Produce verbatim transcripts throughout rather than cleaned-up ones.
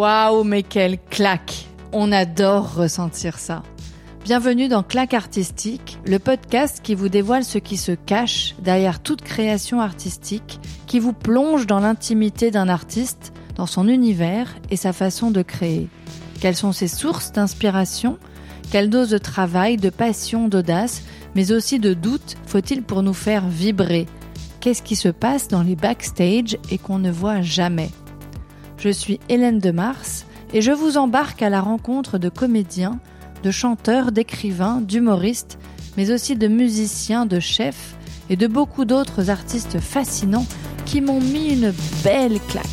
Waouh, mais quelle claque! On adore ressentir ça. Bienvenue dans Claque Artistique, le podcast qui vous dévoile ce qui se cache derrière toute création artistique, qui vous plonge dans l'intimité d'un artiste, dans son univers et sa façon de créer. Quelles sont ses sources d'inspiration? Quelle dose de travail, de passion, d'audace, mais aussi de doute faut-il pour nous faire vibrer? Qu'est-ce qui se passe dans les backstage et qu'on ne voit jamais? Je suis Hélène de Mars et je vous embarque à la rencontre de comédiens, de chanteurs, d'écrivains, d'humoristes, mais aussi de musiciens, de chefs et de beaucoup d'autres artistes fascinants qui m'ont mis une belle claque.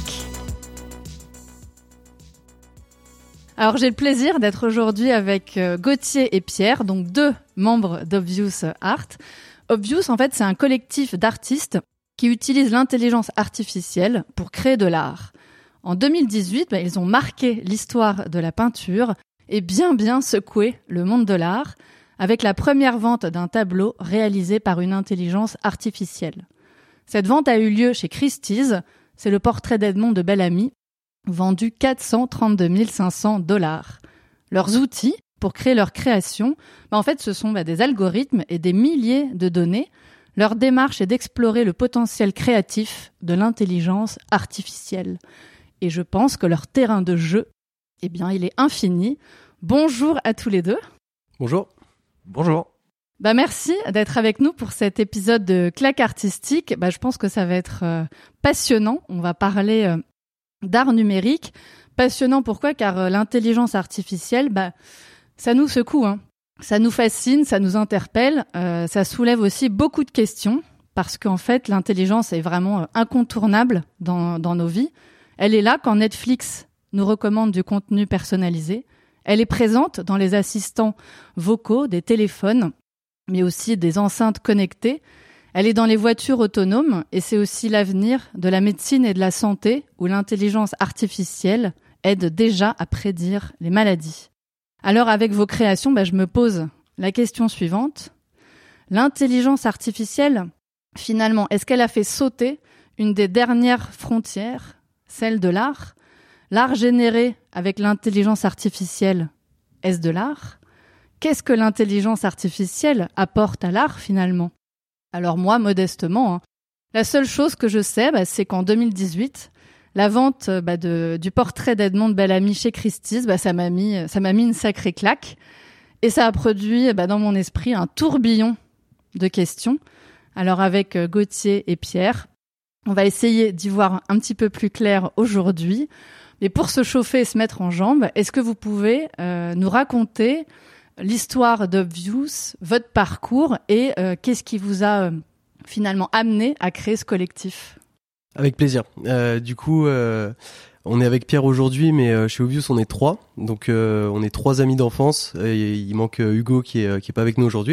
Alors j'ai le plaisir d'être aujourd'hui avec Gauthier et Pierre, donc deux membres d'Obvious Art. Obvious, en fait, c'est un collectif d'artistes qui utilisent l'intelligence artificielle pour créer de l'art. En deux mille dix-huit, bah, ils ont marqué l'histoire de la peinture et bien bien secoué le monde de l'art avec la première vente d'un tableau réalisé par une intelligence artificielle. Cette vente a eu lieu chez Christie's, c'est le portrait d'Edmond de Bellamy, vendu quatre cent trente-deux mille cinq cents dollars. Leurs outils pour créer leur création, bah, en fait, ce sont bah, des algorithmes et des milliers de données. Leur démarche est d'explorer le potentiel créatif de l'intelligence artificielle. Et je pense que leur terrain de jeu, eh bien, il est infini. Bonjour à tous les deux. Bonjour. Bonjour. Bah, merci d'être avec nous pour cet épisode de Claque Artistique. Bah, je pense que ça va être euh, passionnant. On va parler euh, d'art numérique. Passionnant, pourquoi? Car euh, l'intelligence artificielle, bah, ça nous secoue, hein. Ça nous fascine, ça nous interpelle. Euh, ça soulève aussi beaucoup de questions parce qu'en fait, l'intelligence est vraiment euh, incontournable dans, dans nos vies. Elle est là quand Netflix nous recommande du contenu personnalisé. Elle est présente dans les assistants vocaux des téléphones, mais aussi des enceintes connectées. Elle est dans les voitures autonomes et c'est aussi l'avenir de la médecine et de la santé où l'intelligence artificielle aide déjà à prédire les maladies. Alors avec vos créations, bah, je me pose la question suivante. L'intelligence artificielle, finalement, est-ce qu'elle a fait sauter une des dernières frontières, celle de l'art? L'art généré avec l'intelligence artificielle, est-ce de l'art? Qu'est-ce que l'intelligence artificielle apporte à l'art finalement? Alors moi, modestement, hein, la seule chose que je sais, bah, c'est qu'en deux mille dix-huit, la vente bah, de, du portrait d'Edmond de Bellamy chez Christie's, bah, ça m'a mis, ça m'a mis une sacrée claque. Et ça a produit bah, dans mon esprit un tourbillon de questions. Alors avec euh, Gauthier et Pierre, on va essayer d'y voir un petit peu plus clair aujourd'hui. Mais pour se chauffer et se mettre en jambes, est-ce que vous pouvez euh, nous raconter l'histoire d'Obvious, votre parcours et euh, qu'est-ce qui vous a euh, finalement amené à créer ce collectif? Avec plaisir. Euh, du coup, euh, on est avec Pierre aujourd'hui, mais euh, chez Obvious, on est trois. Donc, euh, on est trois amis d'enfance. Et il manque euh, Hugo qui est, qui est pas avec nous aujourd'hui.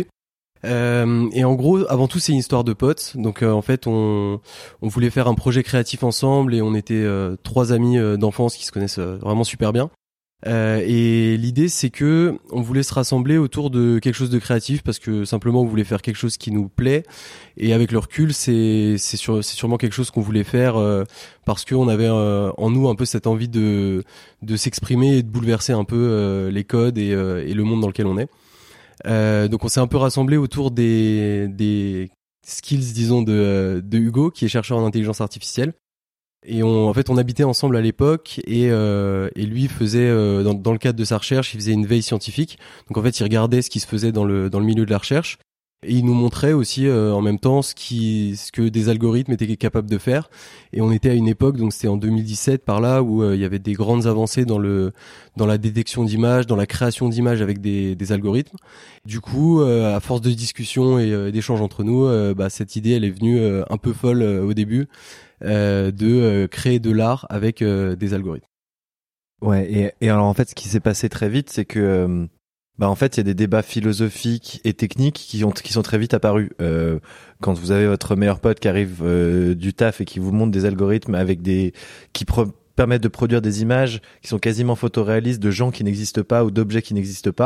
Euh, et en gros, avant tout, c'est une histoire de potes. Donc, euh, en fait, on, on voulait faire un projet créatif ensemble et on était euh, trois amis euh, d'enfance qui se connaissent euh, vraiment super bien. Euh, et l'idée, c'est que on voulait se rassembler autour de quelque chose de créatif parce que simplement, on voulait faire quelque chose qui nous plaît. Et avec le recul, c'est c'est, sûr, c'est sûrement quelque chose qu'on voulait faire euh, parce qu'on avait euh, en nous un peu cette envie de de s'exprimer et de bouleverser un peu euh, les codes et, euh, et le monde dans lequel on est. Euh, donc on s'est un peu rassemblés autour des des skills, disons, de de Hugo, qui est chercheur en intelligence artificielle. Et on, en fait, on habitait ensemble à l'époque et, euh, et lui faisait, euh, dans, dans le cadre de sa recherche, il faisait une veille scientifique. Donc en fait, il regardait ce qui se faisait dans le dans le milieu de la recherche et il nous montrait aussi euh, en même temps ce qui ce que des algorithmes étaient capables de faire. Et on était à une époque, donc c'était en deux mille dix-sept par là, où euh, il y avait des grandes avancées dans le dans la détection d'images, dans la création d'images avec des des algorithmes. Du coup, euh, à force de discussions et euh, d'échanges entre nous, euh, bah cette idée, elle est venue euh, un peu folle euh, au début. Euh, de euh, créer de l'art avec euh, des algorithmes. Ouais, et, et alors en fait, ce qui s'est passé très vite, c'est que euh, bah en fait, il y a des débats philosophiques et techniques qui ont qui sont très vite apparus. Euh, quand vous avez votre meilleur pote qui arrive euh, du taf et qui vous montre des algorithmes avec des qui pro- permettent de produire des images qui sont quasiment photoréalistes de gens qui n'existent pas ou d'objets qui n'existent pas.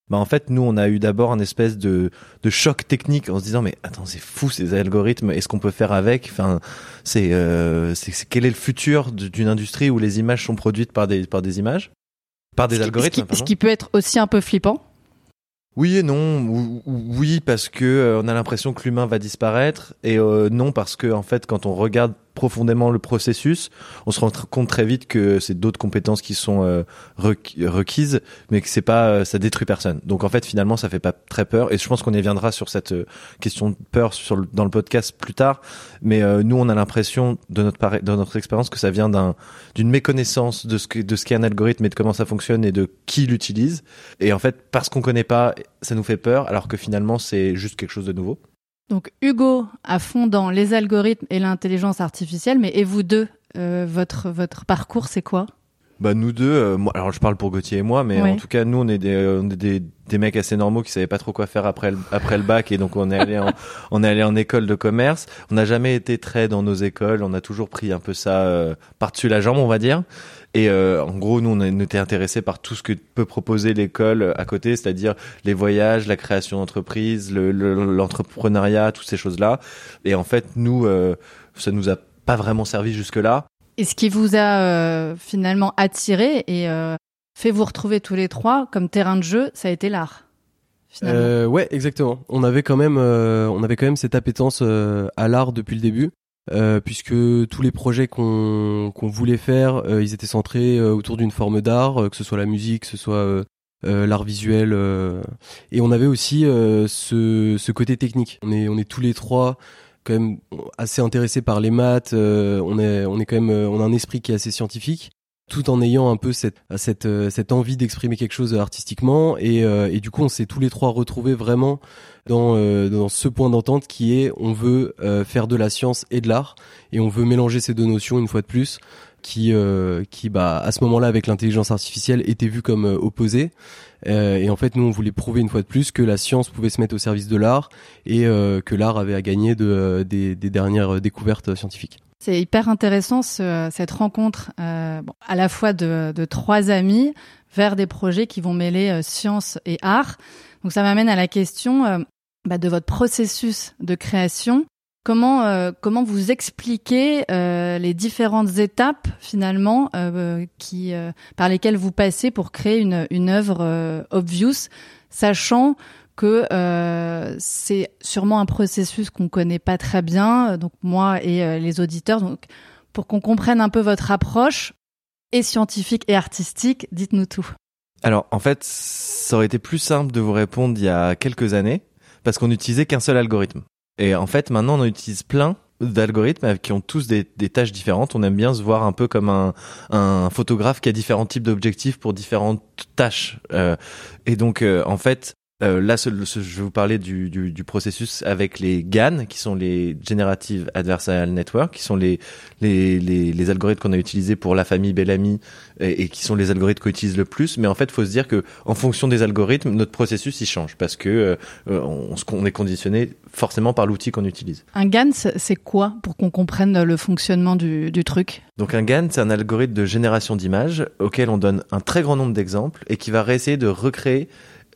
Bah en fait, nous, on a eu d'abord un espèce de, de choc technique en se disant, mais attends, c'est fou ces algorithmes, est-ce qu'on peut faire avec? Enfin, c'est, euh, c'est, c'est quel est le futur d'une industrie où les images sont produites par des, par des images, par des ce algorithmes? Qui, ce, qui, ce qui peut être aussi un peu flippant. Oui et non. Oui, parce que euh, on a l'impression que l'humain va disparaître, et euh, non parce que en fait, quand on regarde profondément le processus, on se rend compte très vite que c'est d'autres compétences qui sont euh, requises, mais que c'est pas, euh, ça détruit personne. Donc en fait, finalement, ça fait pas très peur. Et je pense qu'on y viendra sur cette euh, question de peur sur le, dans le podcast plus tard. Mais euh, nous, on a l'impression de notre pari- de notre expérience que ça vient d'un d'une méconnaissance de ce que de ce qu'est un algorithme et de comment ça fonctionne et de qui l'utilise. Et en fait, parce qu'on connaît pas, ça nous fait peur, alors que finalement, c'est juste quelque chose de nouveau. Donc Hugo à fond dans les algorithmes et l'intelligence artificielle, mais et vous deux, euh, votre votre parcours c'est quoi? Bah nous deux, euh, moi, alors je parle pour Gauthier et moi, mais ouais. en tout cas nous on est des on est des des mecs assez normaux qui savaient pas trop quoi faire après le après le bac, et donc on est allé en on est allé en école de commerce. On n'a jamais été très dans nos écoles, on a toujours pris un peu ça euh, par-dessus la jambe, on va dire. Et euh, en gros, nous, on était intéressés par tout ce que peut proposer l'école à côté, c'est-à-dire les voyages, la création d'entreprises, le, le, l'entrepreneuriat, toutes ces choses-là. Et en fait, nous, euh, ça nous a pas vraiment servi jusque-là. Et ce qui vous a euh, finalement attiré et euh, fait vous retrouver tous les trois comme terrain de jeu, ça a été l'art. Finalement. Euh, ouais, exactement. On avait quand même, euh, on avait quand même cette appétence euh, à l'art depuis le début. Euh, puisque tous les projets qu'on qu'on voulait faire, euh, ils étaient centrés euh, autour d'une forme d'art, euh, que ce soit la musique, que ce soit euh, euh, l'art visuel, euh, et on avait aussi euh, ce ce côté technique. On est on est tous les trois quand même assez intéressés par les maths. Euh, on est on est quand même on a un esprit qui est assez scientifique, tout en ayant un peu cette cette cette envie d'exprimer quelque chose artistiquement, et euh, et du coup on s'est tous les trois retrouvés vraiment dans euh, dans ce point d'entente qui est on veut euh, faire de la science et de l'art, et on veut mélanger ces deux notions une fois de plus qui euh, qui bah à ce moment-là avec l'intelligence artificielle étaient vues comme euh, opposées, euh, et en fait nous on voulait prouver une fois de plus que la science pouvait se mettre au service de l'art, et euh, que l'art avait à gagner de euh, des des dernières découvertes scientifiques. C'est hyper intéressant ce, cette rencontre euh, bon, à la fois de, de trois amis vers des projets qui vont mêler euh, science et art. Donc ça m'amène à la question euh, bah, de votre processus de création. Comment euh, comment vous expliquez euh, les différentes étapes finalement euh, qui euh, par lesquelles vous passez pour créer une une œuvre euh, obvious, sachant que euh, c'est sûrement un processus qu'on connaît pas très bien, donc moi et euh, les auditeurs. Donc, pour qu'on comprenne un peu votre approche, et scientifique et artistique, dites-nous tout. Alors, en fait, ça aurait été plus simple de vous répondre il y a quelques années, parce qu'on n'utilisait qu'un seul algorithme. Et en fait, maintenant, on utilise plein d'algorithmes qui ont tous des, des tâches différentes. On aime bien se voir un peu comme un, un photographe qui a différents types d'objectifs pour différentes tâches. Euh, et donc, euh, en fait, Euh, là, ce, ce, je vais vous parler du, du, du processus avec les G A N, qui sont les Generative Adversarial Network, qui sont les, les, les, les algorithmes qu'on a utilisés pour la famille Bellamy, et, et qui sont les algorithmes qu'on utilise le plus. Mais en fait, il faut se dire que en fonction des algorithmes, notre processus il change, parce que euh, on, on est conditionné forcément par l'outil qu'on utilise. Un G A N, c'est quoi, pour qu'on comprenne le fonctionnement du, du truc? Donc un G A N, c'est un algorithme de génération d'images auquel on donne un très grand nombre d'exemples et qui va essayer de recréer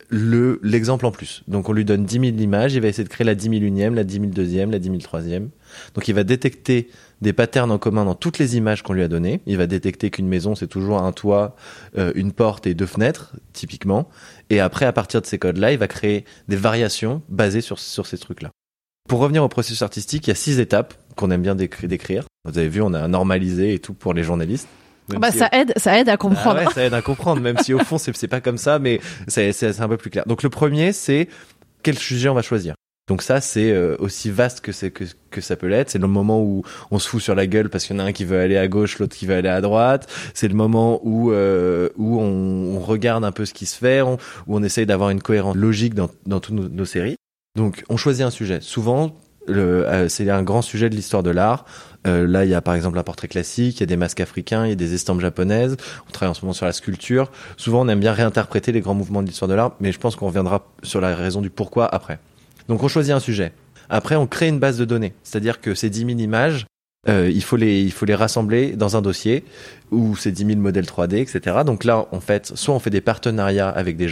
le l'exemple en plus. Donc on lui donne dix mille images, il va essayer de créer la dix mille unième, la dix mille deuxième, la dix mille troisième. Donc il va détecter des patterns en commun dans toutes les images qu'on lui a données. Il va détecter qu'une maison, c'est toujours un toit, euh, une porte et deux fenêtres, typiquement. Et après, à partir de ces codes-là, il va créer des variations basées sur, sur ces trucs-là. Pour revenir au processus artistique, il y a six étapes qu'on aime bien décrire. Vous avez vu, on a normalisé et tout pour les journalistes. Même bah si ça aide, ça aide à comprendre. Ah ouais, ça aide à comprendre, même si au fond c'est c'est pas comme ça, mais c'est c'est, c'est un peu plus clair. Donc le premier, c'est quel sujet on va choisir. Donc ça, c'est euh, aussi vaste que c'est que que ça peut l'être. C'est le moment où on se fout sur la gueule parce qu'il y en a un qui veut aller à gauche, l'autre qui veut aller à droite. C'est le moment où euh, où on, on regarde un peu ce qui se fait, on, où on essaye d'avoir une cohérence logique dans dans toutes nos, nos séries. Donc on choisit un sujet. Souvent, le, euh, c'est un grand sujet de l'histoire de l'art. Euh, là, il y a par exemple un portrait classique, il y a des masques africains, il y a des estampes japonaises. On travaille en ce moment sur la sculpture. Souvent, on aime bien réinterpréter les grands mouvements de l'histoire de l'art, mais je pense qu'on reviendra sur la raison du pourquoi après. Donc, on choisit un sujet. Après, on crée une base de données. C'est-à-dire que ces dix mille images, euh, il faut les, il faut les rassembler dans un dossier, ou ces dix mille modèles trois D, et cetera. Donc là, en fait, soit on fait des partenariats avec des gens.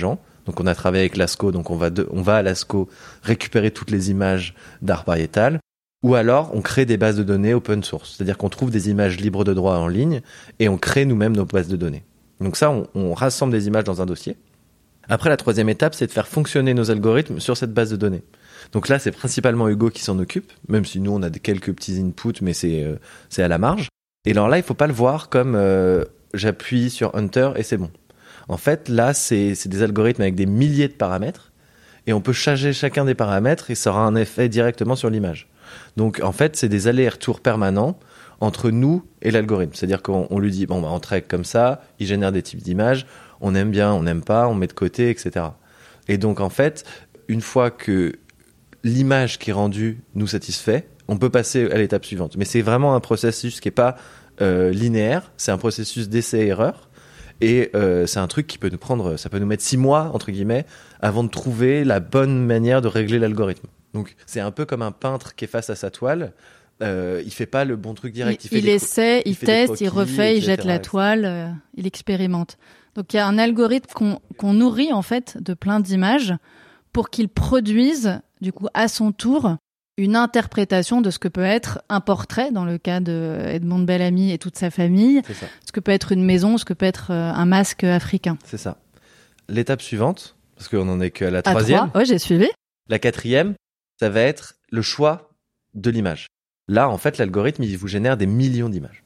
Donc on a travaillé avec l'ASCO, donc on va, de, on va à l'ASCO récupérer toutes les images d'art pariétal, ou alors on crée des bases de données open source, c'est-à-dire qu'on trouve des images libres de droit en ligne et on crée nous-mêmes nos bases de données. Donc ça, on, on rassemble des images dans un dossier. Après, la troisième étape, c'est de faire fonctionner nos algorithmes sur cette base de données. Donc là, c'est principalement Hugo qui s'en occupe, même si nous, on a des, quelques petits inputs, mais c'est, euh, c'est à la marge. Et alors là, il faut pas le voir comme euh, j'appuie sur Enter et c'est bon. En fait, là, c'est, c'est des algorithmes avec des milliers de paramètres et on peut changer chacun des paramètres et ça aura un effet directement sur l'image. Donc, en fait, c'est des allers-retours permanents entre nous et l'algorithme. C'est-à-dire qu'on on lui dit, bon, bah, on traite comme ça, il génère des types d'images, on aime bien, on n'aime pas, on met de côté, et cetera. Et donc, en fait, une fois que l'image qui est rendue nous satisfait, on peut passer à l'étape suivante. Mais c'est vraiment un processus qui n'est pas euh, linéaire, c'est un processus d'essai-erreur. Et euh, c'est un truc qui peut nous prendre, ça peut nous mettre six mois, entre guillemets, avant de trouver la bonne manière de régler l'algorithme. Donc, c'est un peu comme un peintre qui est face à sa toile. Euh, il fait pas le bon truc direct. Il, il, fait il des essaie, il, il fait teste, croquis, il refait, il et cetera, jette la et cetera. toile, euh, il expérimente. Donc, il y a un algorithme qu'on, qu'on nourrit, en fait, de plein d'images pour qu'il produise, du coup, à son tour, une interprétation de ce que peut être un portrait, dans le cas de Edmond Bellamy et toute sa famille, C'est ça. ce que peut être une maison, ce que peut être euh, un masque africain. C'est ça. L'étape suivante, parce qu'on en est qu'à la À troisième, trois, ouais, j'ai suivi. la quatrième, ça va être le choix de l'image. Là, en fait, l'algorithme, il vous génère des millions d'images.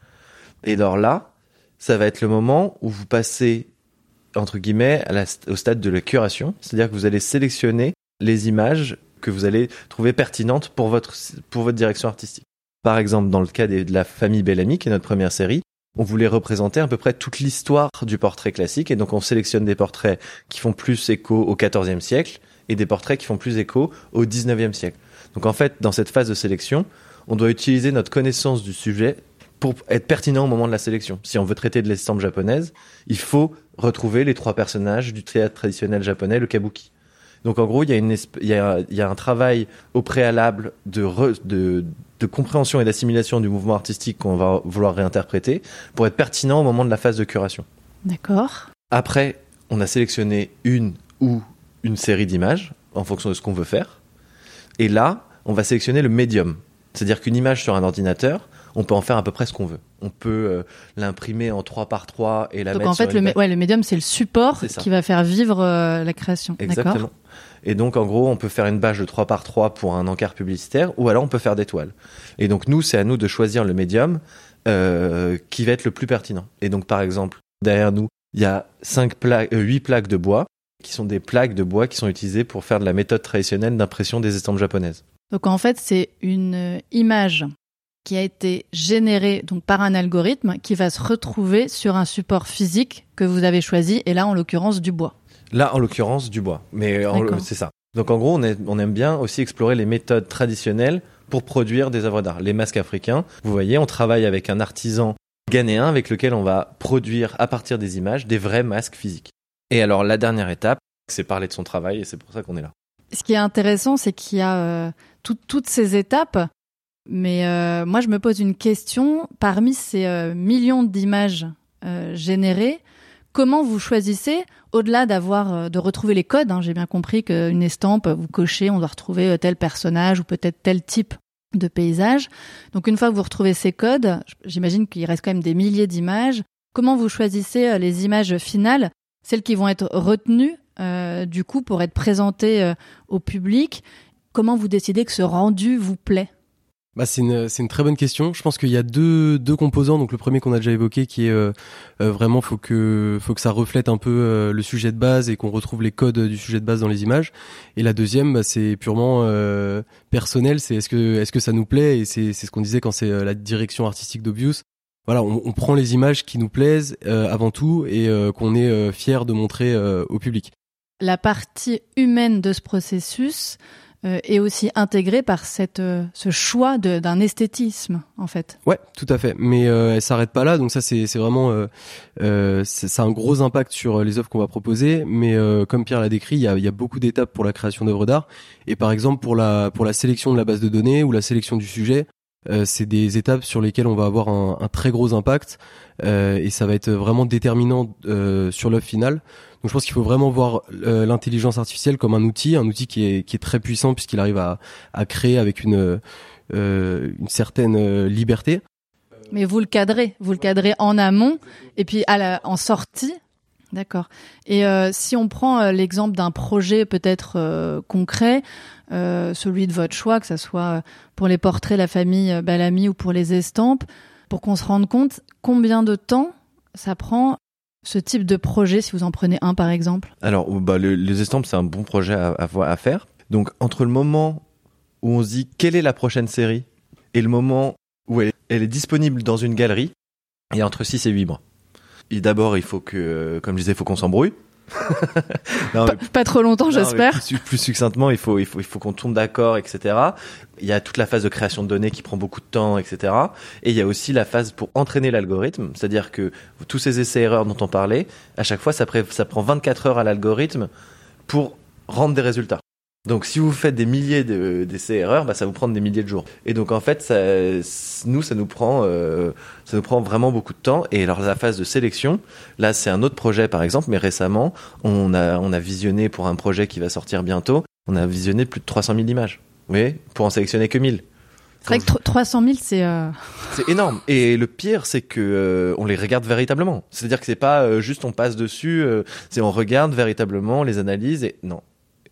Et alors là, ça va être le moment où vous passez, entre guillemets, à la, au stade de la curation. C'est-à-dire que vous allez sélectionner les images que vous allez trouver pertinentes pour votre, pour votre direction artistique. Par exemple, dans le cas des, de la famille Bellamy, qui est notre première série, on voulait représenter à peu près toute l'histoire du portrait classique. Et donc, on sélectionne des portraits qui font plus écho au quatorzième siècle et des portraits qui font plus écho au dix-neuvième siècle. Donc, en fait, dans cette phase de sélection, on doit utiliser notre connaissance du sujet pour être pertinent au moment de la sélection. Si on veut traiter de l'estampe japonaise, il faut retrouver les trois personnages du théâtre traditionnel japonais, le kabuki. Donc en gros, il y a, une, il y a, il y a un travail au préalable de, re, de, de compréhension et d'assimilation du mouvement artistique qu'on va vouloir réinterpréter pour être pertinent au moment de la phase de curation. D'accord. Après, on a sélectionné une ou une série d'images en fonction de ce qu'on veut faire. Et là, on va sélectionner le médium. C'est-à-dire qu'une image sur un ordinateur, on peut en faire à peu près ce qu'on veut. On peut euh, l'imprimer en trois par trois et la Donc mettre en fait, sur le, une mé- ouais, le médium, c'est le support C'est ça. qui va faire vivre euh, la création. Exactement. D'accord. Et donc, en gros, on peut faire une bâche de trois par trois pour un encart publicitaire, ou alors on peut faire des toiles. Et donc, nous, c'est à nous de choisir le médium euh, qui va être le plus pertinent. Et donc, par exemple, derrière nous, il y a cinq plaques, euh, huit plaques de bois, qui sont des plaques de bois qui sont utilisées pour faire de la méthode traditionnelle d'impression des estampes japonaises. Donc en fait, c'est une euh, image qui a été générée donc par un algorithme qui va se retrouver sur un support physique que vous avez choisi, et là, en l'occurrence, du bois. Là, en l'occurrence, du bois. Mais en, D'accord. c'est ça. Donc, en gros, on, est, on aime bien aussi explorer les méthodes traditionnelles pour produire des œuvres d'art. Les masques africains, vous voyez, on travaille avec un artisan ghanéen avec lequel on va produire, à partir des images, des vrais masques physiques. Et alors, la dernière étape, c'est parler de son travail, et c'est pour ça qu'on est là. Ce qui est intéressant, c'est qu'il y a euh, tout, toutes ces étapes, mais euh, moi, je me pose une question. Parmi ces euh, millions d'images euh, générées, comment vous choisissez, au-delà d'avoir euh, de retrouver les codes, hein, j'ai bien compris qu'une estampe, vous cochez, on doit retrouver tel personnage ou peut-être tel type de paysage. Donc une fois que vous retrouvez ces codes, j'imagine qu'il reste quand même des milliers d'images. Comment vous choisissez euh, les images finales, celles qui vont être retenues euh, du coup pour être présentées euh, au public? Comment vous décidez que ce rendu vous plaît? Bah c'est une c'est une très bonne question. Je pense qu'il y a deux deux composants. Donc le premier qu'on a déjà évoqué, qui est euh, euh, vraiment faut que faut que ça reflète un peu euh, le sujet de base et qu'on retrouve les codes du sujet de base dans les images. Et la deuxième, bah, c'est purement euh, personnel. C'est est-ce que est-ce que ça nous plaît? Et c'est c'est ce qu'on disait quand c'est euh, la direction artistique d'Obvious. Voilà, on, on prend les images qui nous plaisent euh, avant tout et euh, qu'on est euh, fier de montrer euh, au public. La partie humaine de ce processus euh, est aussi intégrée par cette, euh, ce choix de, d'un esthétisme, en fait. Ouais, tout à fait. Mais euh, elle s'arrête pas là. Donc ça, c'est, c'est vraiment, euh, euh, c'est, ça a un gros impact sur les œuvres qu'on va proposer. Mais euh, comme Pierre l'a décrit, il y a, il y a beaucoup d'étapes pour la création d'œuvres d'art. Et par exemple, pour la pour la sélection de la base de données ou la sélection du sujet, Euh, c'est des étapes sur lesquelles on va avoir un, un très gros impact euh, et ça va être vraiment déterminant euh, sur l'œuvre finale. Donc je pense qu'il faut vraiment voir euh, l'intelligence artificielle comme un outil, un outil qui est qui est très puissant puisqu'il arrive à à créer avec une euh, une certaine euh, liberté. Mais vous le cadrez, vous le cadrez en amont et puis à la, en sortie. D'accord. Et euh, si on prend euh, l'exemple d'un projet peut-être euh, concret, euh, celui de votre choix, que ça soit pour les portraits, la famille euh, Bellamy ou pour les estampes, pour qu'on se rende compte combien de temps ça prend ce type de projet, si vous en prenez un par exemple. Alors, bah, le, les estampes, c'est un bon projet à, à, à faire. Donc, entre le moment où on se dit quelle est la prochaine série et le moment où elle, elle est disponible dans une galerie, il y a entre six et huit mois. Et d'abord, il faut que, comme je disais, il faut qu'on s'embrouille. non, pas, pas trop longtemps, non, j'espère. Plus, plus succinctement, il faut, il faut, il faut qu'on tombe d'accord, et cetera. Il y a toute la phase de création de données qui prend beaucoup de temps, et cetera. Et il y a aussi la phase pour entraîner l'algorithme, c'est-à-dire que tous ces essais-erreurs dont on parlait, à chaque fois, ça, pré- ça prend vingt-quatre heures à l'algorithme pour rendre des résultats. Donc, si vous faites des milliers de, d'essais-erreurs, bah, ça vous prend des milliers de jours. Et donc, en fait, ça, nous, ça nous prend, euh, ça nous prend vraiment beaucoup de temps. Et alors, la phase de sélection, là, c'est un autre projet, par exemple, mais récemment, on a, on a visionné pour un projet qui va sortir bientôt, on a visionné plus de trois cent mille images. Vous voyez, pour en sélectionner que mille. C'est vrai que trois cent mille, c'est... Euh... C'est énorme. Et le pire, c'est que euh, on les regarde véritablement. C'est-à-dire que c'est pas euh, juste on passe dessus, euh, c'est on regarde véritablement les analyses et non.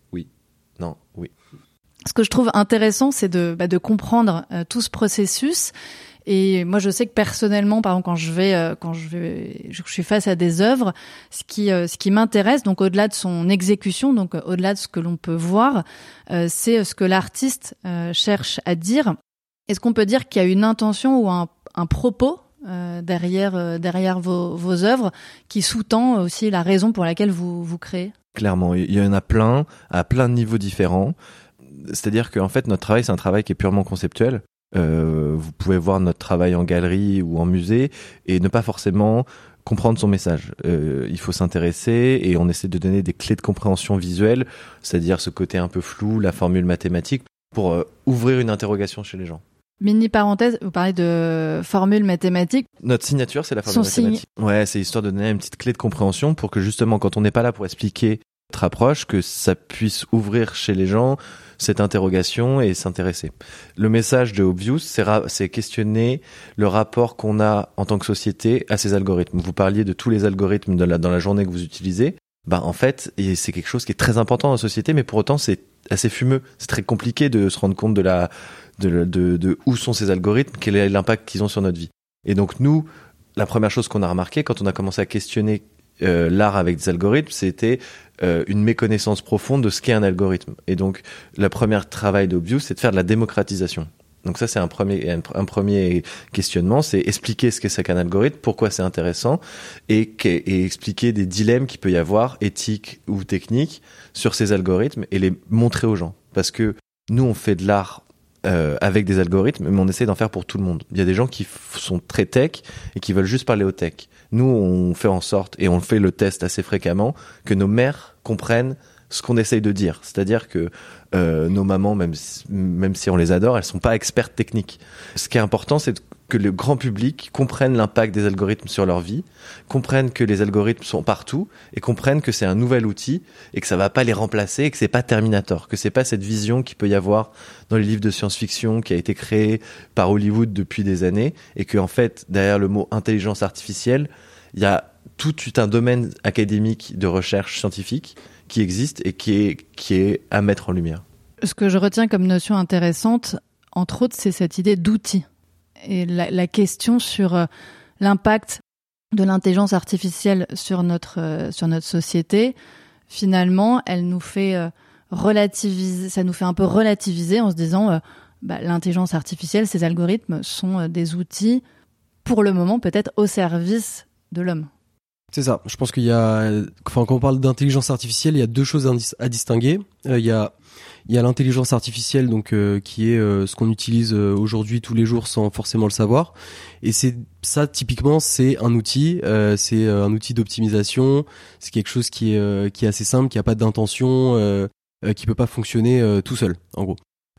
Non, oui. Ce que je trouve intéressant, c'est de, bah, de comprendre euh, tout ce processus. Et moi, je sais que personnellement, par exemple, quand je vais, euh, quand je vais, je, je suis face à des œuvres, ce qui, euh, ce qui m'intéresse, donc au-delà de son exécution, donc euh, au-delà de ce que l'on peut voir, euh, c'est ce que l'artiste euh, cherche à dire. Est-ce qu'on peut dire qu'il y a une intention ou un, un propos euh, derrière, euh, derrière vos, vos œuvres qui sous-tend aussi la raison pour laquelle vous, vous créez ? Clairement, il y en a plein, à plein de niveaux différents. C'est-à-dire qu'en fait, notre travail, c'est un travail qui est purement conceptuel. Euh, vous pouvez voir notre travail en galerie ou en musée et ne pas forcément comprendre son message. Euh, il faut s'intéresser et on essaie de donner des clés de compréhension visuelle, c'est-à-dire ce côté un peu flou, la formule mathématique, pour euh, ouvrir une interrogation chez les gens. Mini parenthèse, vous parlez de formule mathématique. Notre signature, c'est la formule Son mathématique. Signe... Ouais, c'est histoire de donner une petite clé de compréhension pour que justement, quand on n'est pas là pour expliquer notre approche, que ça puisse ouvrir chez les gens cette interrogation et s'intéresser. Le message de Obvious, c'est, ra- c'est questionner le rapport qu'on a en tant que société à ces algorithmes. Vous parliez de tous les algorithmes de la, dans la journée que vous utilisez. Bah, en fait, et c'est quelque chose qui est très important dans la société, mais pour autant, c'est assez fumeux. C'est très compliqué de se rendre compte de la, de, de, de où sont ces algorithmes, quel est l'impact qu'ils ont sur notre vie. Et donc, nous, la première chose qu'on a remarqué quand on a commencé à questionner euh, l'art avec des algorithmes, c'était euh, une méconnaissance profonde de ce qu'est un algorithme. Et donc, le premier travail d'Obvious, c'est de faire de la démocratisation. Donc ça, c'est un premier, un, un premier questionnement, c'est expliquer ce que c'est qu'un algorithme, pourquoi c'est intéressant, et, et expliquer des dilemmes qu'il peut y avoir, éthiques ou techniques, sur ces algorithmes, et les montrer aux gens. Parce que nous, on fait de l'art euh, avec des algorithmes, mais on essaie d'en faire pour tout le monde. Il y a des gens qui f- sont très tech et qui veulent juste parler au tech. Nous, on fait en sorte, et on fait le test assez fréquemment, que nos mères comprennent ce qu'on essaye de dire. C'est-à-dire que euh, nos mamans, même si, même si on les adore, elles sont pas expertes techniques. Ce qui est important, c'est que le grand public comprenne l'impact des algorithmes sur leur vie, comprenne que les algorithmes sont partout et comprenne que c'est un nouvel outil et que ça va pas les remplacer et que c'est pas Terminator, que c'est pas cette vision qu'il peut y avoir dans les livres de science-fiction qui a été créée par Hollywood depuis des années et que en fait, derrière le mot intelligence artificielle, il y a tout un domaine académique de recherche scientifique qui existe et qui est, qui est à mettre en lumière. Ce que je retiens comme notion intéressante, entre autres, c'est cette idée d'outil. Et la, la question sur euh, l'impact de l'intelligence artificielle sur notre, euh, sur notre société, finalement, elle nous fait euh, relativiser, ça nous fait un peu relativiser en se disant euh, bah, l'intelligence artificielle, ces algorithmes sont euh, des outils, pour le moment, peut-être au service de l'homme. C'est ça. Je pense qu'il y a, enfin, quand on parle d'intelligence artificielle, il y a deux choses à distinguer. Euh, il y a, il y a l'intelligence artificielle, donc euh, qui est euh, ce qu'on utilise euh, aujourd'hui tous les jours sans forcément le savoir. Et c'est ça, typiquement, c'est un outil. Euh, c'est euh, un outil d'optimisation. C'est quelque chose qui est, euh, qui est assez simple, qui a pas d'intention, euh, euh, qui peut pas fonctionner euh, tout seul, en gros.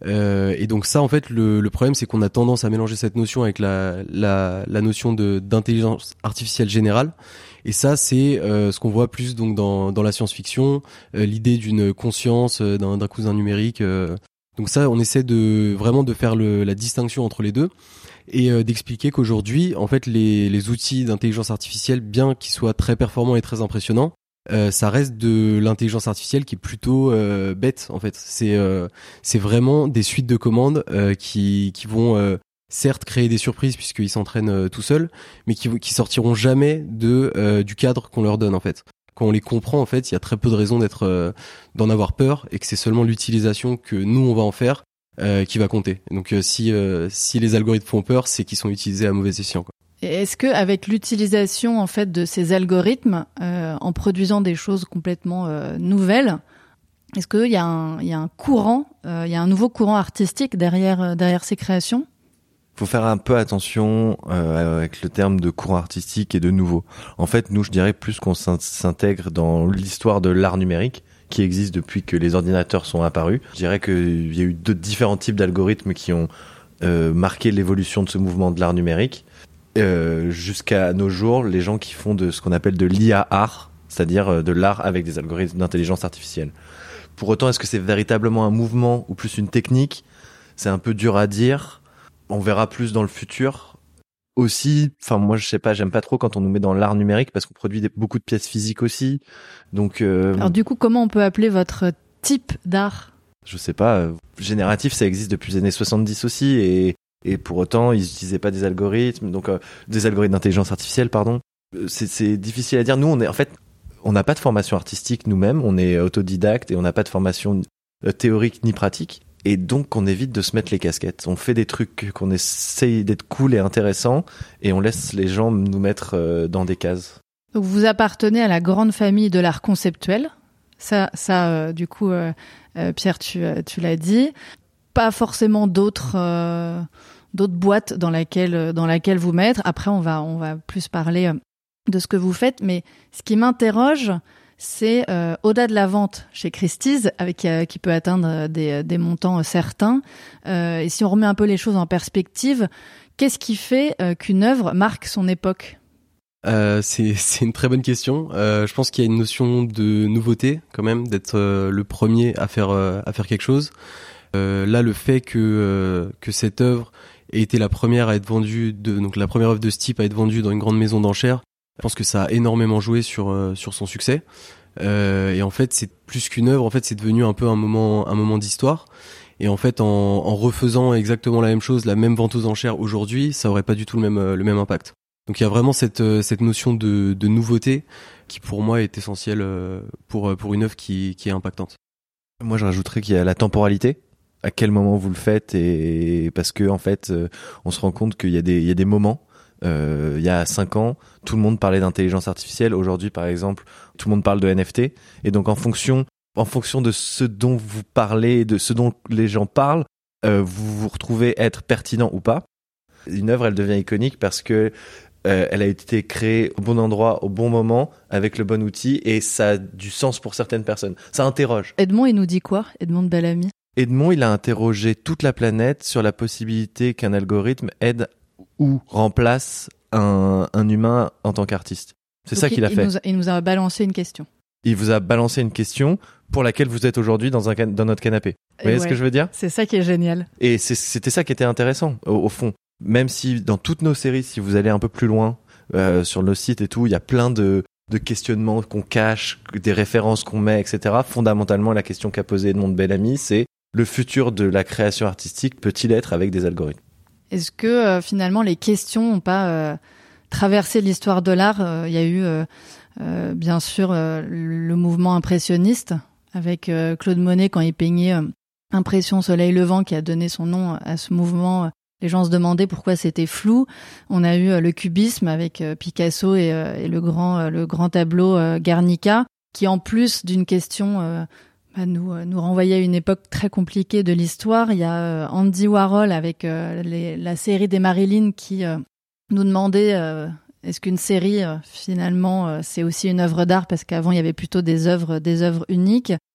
Euh, et donc ça, en fait, le, le problème, c'est qu'on a tendance à mélanger cette notion avec la, la, la notion de d'intelligence artificielle générale. Et ça, c'est euh, ce qu'on voit plus donc dans, dans la science-fiction, euh, l'idée d'une conscience, euh, d'un, d'un cousin numérique. Euh. Donc ça, on essaie de vraiment de faire le, la distinction entre les deux et euh, d'expliquer qu'aujourd'hui, en fait, les, les outils d'intelligence artificielle, bien qu'ils soient très performants et très impressionnants, Euh, ça reste de l'intelligence artificielle qui est plutôt euh, bête en fait. C'est euh, c'est vraiment des suites de commandes euh, qui qui vont euh, certes créer des surprises puisqu'ils s'entraînent euh, tout seuls, mais qui qui sortiront jamais de euh, du cadre qu'on leur donne en fait. Quand on les comprend en fait, il y a très peu de raisons d'être euh, d'en avoir peur et que c'est seulement l'utilisation que nous on va en faire euh, qui va compter. Donc euh, si euh, si les algorithmes font peur, c'est qu'ils sont utilisés à mauvais escient quoi. Est-ce que avec l'utilisation en fait de ces algorithmes, euh, en produisant des choses complètement euh, nouvelles, est-ce qu'il y a un, il y a un courant, euh, il y a un nouveau courant artistique derrière derrière ces créations ? Faut faire un peu attention euh, avec le terme de courant artistique et de nouveau. En fait, nous, je dirais plus qu'on s'intègre dans l'histoire de l'art numérique qui existe depuis que les ordinateurs sont apparus. Je dirais qu'il y a eu deux différents types d'algorithmes qui ont euh, marqué l'évolution de ce mouvement de l'art numérique. Euh, jusqu'à nos jours, les gens qui font de ce qu'on appelle de l'I A art, c'est-à-dire de l'art avec des algorithmes d'intelligence artificielle. Pour autant, est-ce que c'est véritablement un mouvement ou plus une technique ? C'est un peu dur à dire. On verra plus dans le futur. Aussi, enfin moi je sais pas, j'aime pas trop quand on nous met dans l'art numérique parce qu'on produit des, beaucoup de pièces physiques aussi. Donc. Euh, Alors du coup, comment on peut appeler votre type d'art ? Je sais pas. Euh, génératif, ça existe depuis les années soixante-dix aussi et Et pour autant, ils n'utilisaient pas des algorithmes, donc euh, des algorithmes d'intelligence artificielle, pardon. C'est, c'est difficile à dire. Nous, on est en fait, on n'a pas de formation artistique nous-mêmes. On est autodidacte et on n'a pas de formation théorique ni pratique. Et donc, on évite de se mettre les casquettes. On fait des trucs qu'on essaye d'être cool et intéressant, et on laisse les gens nous mettre euh, dans des cases. Donc, vous appartenez à la grande famille de l'art conceptuel. Ça, ça, euh, du coup, euh, euh, Pierre, tu, tu l'as dit. Pas forcément d'autres. Euh... d'autres boîtes dans laquelle dans laquelle vous mettre. Après, on va on va plus parler de ce que vous faites, mais ce qui m'interroge, c'est euh, au-delà de la vente chez Christie's, avec euh, qui peut atteindre des des montants certains. Euh, et si on remet un peu les choses en perspective, qu'est-ce qui fait euh, qu'une œuvre marque son époque ? Euh, c'est c'est une très bonne question. Euh, je pense qu'il y a une notion de nouveauté quand même, d'être euh, le premier à faire euh, à faire quelque chose. Euh, là, le fait que euh, que cette œuvre ait été la première à être vendue, de, donc la première œuvre de ce type à être vendue dans une grande maison d'enchères, je pense que ça a énormément joué sur euh, sur son succès. Euh, et en fait, c'est plus qu'une œuvre. En fait, c'est devenu un peu un moment un moment d'histoire. Et en fait, en, en refaisant exactement la même chose, la même vente aux enchères aujourd'hui, ça aurait pas du tout le même le même impact. Donc il y a vraiment cette cette notion de de nouveauté qui pour moi est essentielle pour pour une œuvre qui qui est impactante. Moi, je rajouterais qu'il y a la temporalité. À quel moment vous le faites, et parce que en fait euh, on se rend compte qu'il y a des il y a des moments euh, il y a cinq ans tout le monde parlait d'intelligence artificielle. Aujourd'hui par exemple tout le monde parle de N F T, et donc en fonction en fonction de ce dont vous parlez, de ce dont les gens parlent, euh, vous vous retrouvez être pertinent ou pas. Une œuvre, elle devient iconique parce que euh, elle a été créée au bon endroit, au bon moment, avec le bon outil, et ça a du sens pour certaines personnes. Ça interroge. Edmond, il nous dit quoi ? Edmond de Bellamy. Edmond, il a interrogé toute la planète sur la possibilité qu'un algorithme aide ou remplace un, un humain en tant qu'artiste. C'est Donc ça qu'il il, a fait. Nous a, il nous a balancé une question. Il vous a balancé une question pour laquelle vous êtes aujourd'hui dans, un, dans notre canapé. Vous voyez ouais, ce que je veux dire ? C'est ça qui est génial. Et c'est, c'était ça qui était intéressant, au, au fond. Même si dans toutes nos séries, si vous allez un peu plus loin, euh, sur nos sites et tout, il y a plein de, de questionnements qu'on cache, des références qu'on met, et cetera. Fondamentalement, la question qu'a posée Edmond de Bellamy, c'est: le futur de la création artistique peut-il être avec des algorithmes ? Est-ce que euh, finalement les questions n'ont pas euh, traversé l'histoire de l'art ? Il euh, y a eu euh, euh, bien sûr euh, le mouvement impressionniste avec euh, Claude Monet quand il peignait euh, Impression Soleil Levant, qui a donné son nom à ce mouvement. Les gens se demandaient pourquoi c'était flou. On a eu euh, le cubisme avec euh, Picasso et, euh, et le grand euh, le grand tableau euh, Guernica, qui en plus d'une question euh, Bah, nous, euh, nous renvoyait à une époque très compliquée de l'histoire. Il y a euh, Andy Warhol avec euh, les, la série des Marilyn qui euh, nous demandait euh, est-ce qu'une série euh, finalement euh, c'est aussi une œuvre d'art, parce qu'avant il y avait plutôt des œuvres des œuvres uniques.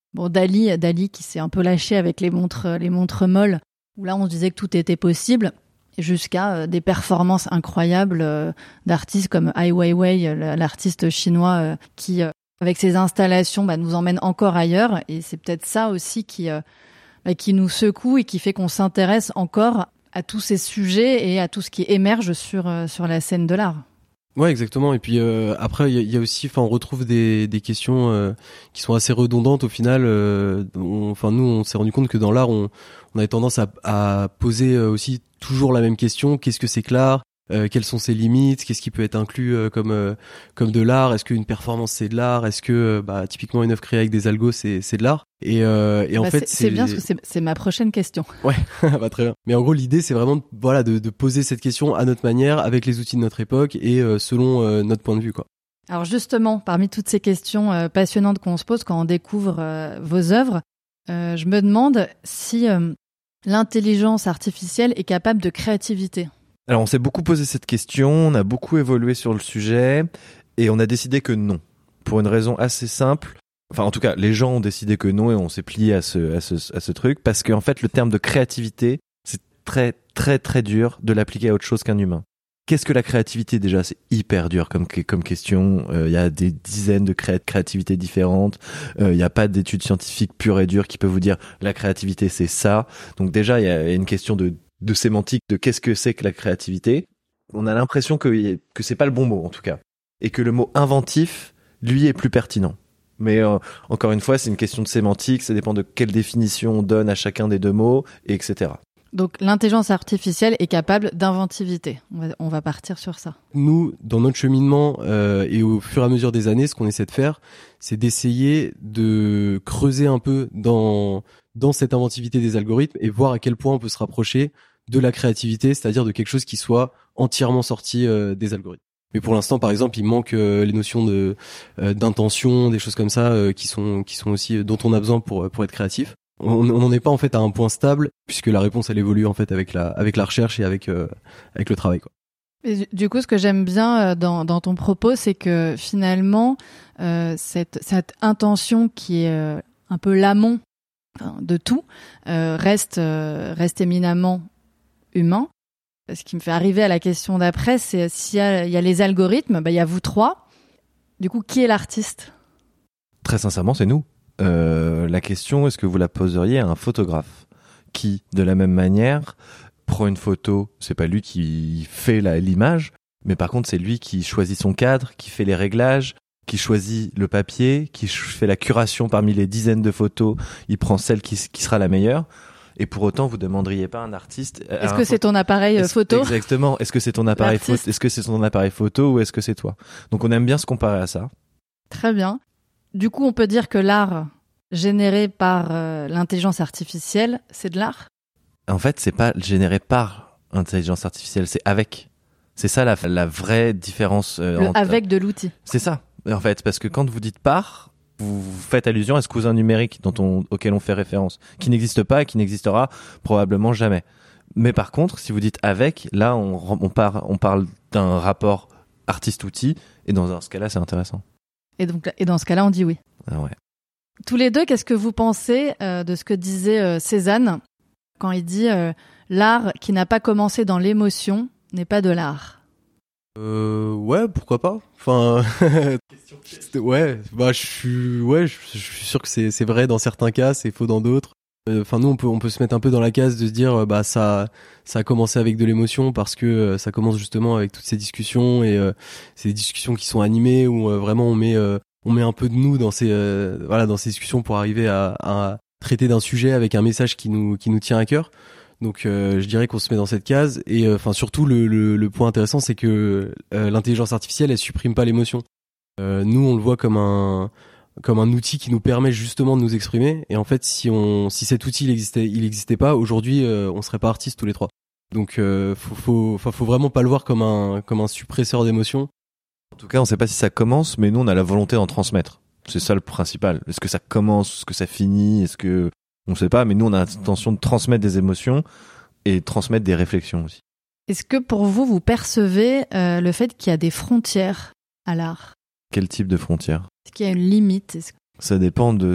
Bon, Dali, Dali qui s'est un peu lâché avec les montres, les montres molles, où là on se disait que tout était possible, jusqu'à euh, des performances incroyables euh, d'artistes comme Ai Weiwei, l'artiste chinois euh, qui, euh, avec ses installations, bah, nous emmène encore ailleurs. Et c'est peut-être ça aussi qui, euh, bah, qui nous secoue et qui fait qu'on s'intéresse encore à tous ces sujets et à tout ce qui émerge sur, euh, sur la scène de l'art. Ouais, exactement. Et puis euh, après, il y, y a aussi, enfin, on retrouve des, des questions euh, qui sont assez redondantes au final. Euh, enfin, nous, on s'est rendu compte que dans l'art, on, on avait tendance à, à poser euh, aussi toujours la même question. Qu'est-ce que c'est que l'art ? Euh, quelles sont ses limites ? Qu'est-ce qui peut être inclus euh, comme euh, comme de l'art ? Est-ce qu'une performance c'est de l'art ? Est-ce que euh, bah typiquement une œuvre créée avec des algos c'est c'est de l'art ? Et euh, et en bah fait c'est, c'est... c'est bien parce que c'est c'est ma prochaine question. Ouais, bah très bien. Mais en gros l'idée c'est vraiment de, voilà de de poser cette question à notre manière avec les outils de notre époque et euh, selon euh, notre point de vue quoi. Alors justement, parmi toutes ces questions euh, passionnantes qu'on se pose quand on découvre euh, vos œuvres, euh, je me demande si euh, l'intelligence artificielle est capable de créativité. Alors on s'est beaucoup posé cette question, on a beaucoup évolué sur le sujet et on a décidé que non. Pour une raison assez simple, enfin en tout cas les gens ont décidé que non et on s'est plié à ce, à ce, à ce truc parce qu'en fait le terme de créativité, c'est très très très dur de l'appliquer à autre chose qu'un humain. Qu'est-ce que la créativité déjà ? C'est hyper dur comme, comme question. Il euh, y a des dizaines de cré- créativités différentes. Il euh, n'y a pas d'études scientifiques pures et dures qui peuvent vous dire la créativité c'est ça. Donc déjà il y a une question de de sémantique de qu'est-ce que c'est que la créativité. On a l'impression que que c'est pas le bon mot en tout cas et que le mot inventif lui est plus pertinent. Mais euh, encore une fois, c'est une question de sémantique, ça dépend de quelle définition on donne à chacun des deux mots et etc. Donc l'intelligence artificielle est capable d'inventivité. On va, on va partir sur ça. Nous, dans notre cheminement euh, et au fur et à mesure des années, ce qu'on essaie de faire, c'est d'essayer de creuser un peu dans dans cette inventivité des algorithmes et voir à quel point on peut se rapprocher de la créativité, c'est-à-dire de quelque chose qui soit entièrement sorti euh, des algorithmes. Mais pour l'instant, par exemple, il manque euh, les notions de euh, d'intention, des choses comme ça, euh, qui sont qui sont aussi dont on a besoin pour pour être créatif. On n'en est pas en fait à un point stable puisque la réponse elle évolue en fait avec la avec la recherche et avec euh, avec le travail quoi. Et du coup, ce que j'aime bien dans dans ton propos, c'est que finalement euh, cette cette intention qui est euh, un peu l'amont de tout euh, reste euh, reste éminemment humain. Ce qui me fait arriver à la question d'après, c'est s'il y a, il y a les algorithmes, bah il y a vous trois. Du coup, qui est l'artiste ? Très sincèrement, c'est nous. Euh, la question, est-ce que vous la poseriez à un photographe qui, de la même manière, prend une photo, c'est pas lui qui fait la, l'image, mais par contre c'est lui qui choisit son cadre, qui fait les réglages, qui choisit le papier, qui fait la curation parmi les dizaines de photos, il prend celle qui, qui sera la meilleure. Et pour autant, vous demanderiez pas à un artiste. Est-ce que c'est ton appareil est-ce, photo ? Exactement. Est-ce que c'est ton appareil photo ? Est-ce que c'est ton appareil photo ou est-ce que c'est toi ? Donc on aime bien se comparer à ça. Très bien. Du coup, on peut dire que l'art généré par euh, l'intelligence artificielle, c'est de l'art ? En fait, c'est pas généré par l'intelligence artificielle, c'est avec. C'est ça la, la vraie différence. Euh, Le entre... avec de l'outil. C'est ça. En fait, parce que quand vous dites par, vous faites allusion à ce cousin numérique dont on, auquel on fait référence, qui n'existe pas et qui n'existera probablement jamais. Mais par contre, si vous dites avec, là, on, on, part, on parle d'un rapport artiste-outil, et dans ce cas-là, c'est intéressant. Et, donc, et dans ce cas-là, on dit oui. Ah ouais. Tous les deux, qu'est-ce que vous pensez euh, de ce que disait euh, Cézanne quand il dit euh, « l'art qui n'a pas commencé dans l'émotion n'est pas de l'art ». Euh, ouais, pourquoi pas. Enfin, ouais, bah je suis, ouais, je suis sûr que c'est c'est vrai dans certains cas, c'est faux dans d'autres. Enfin, nous on peut on peut se mettre un peu dans la case de se dire bah ça ça a commencé avec de l'émotion parce que euh, ça commence justement avec toutes ces discussions et euh, c'est des discussions qui sont animées où euh, vraiment on met euh, on met un peu de nous dans ces euh, voilà dans ces discussions pour arriver à, à traiter d'un sujet avec un message qui nous qui nous tient à cœur. Donc euh, je dirais qu'on se met dans cette case et enfin euh, surtout le, le le point intéressant c'est que euh, l'intelligence artificielle elle supprime pas l'émotion. Euh, nous on le voit comme un comme un outil qui nous permet justement de nous exprimer et en fait si on si cet outil il existait il existait pas aujourd'hui euh, on serait pas artistes tous les trois. Donc euh, faut faut enfin faut vraiment pas le voir comme un comme un suppresseur d'émotions. En tout cas, on sait pas si ça commence mais nous on a la volonté d'en transmettre. C'est ça le principal. Est-ce que ça commence, est-ce que ça finit, est-ce que on sait pas, mais nous, on a l'intention de transmettre des émotions et de transmettre des réflexions aussi. Est-ce que pour vous, vous percevez euh, le fait qu'il y a des frontières à l'art ? Quel type de frontières ? Est-ce qu'il y a une limite ? Est-ce... Ça dépend de ce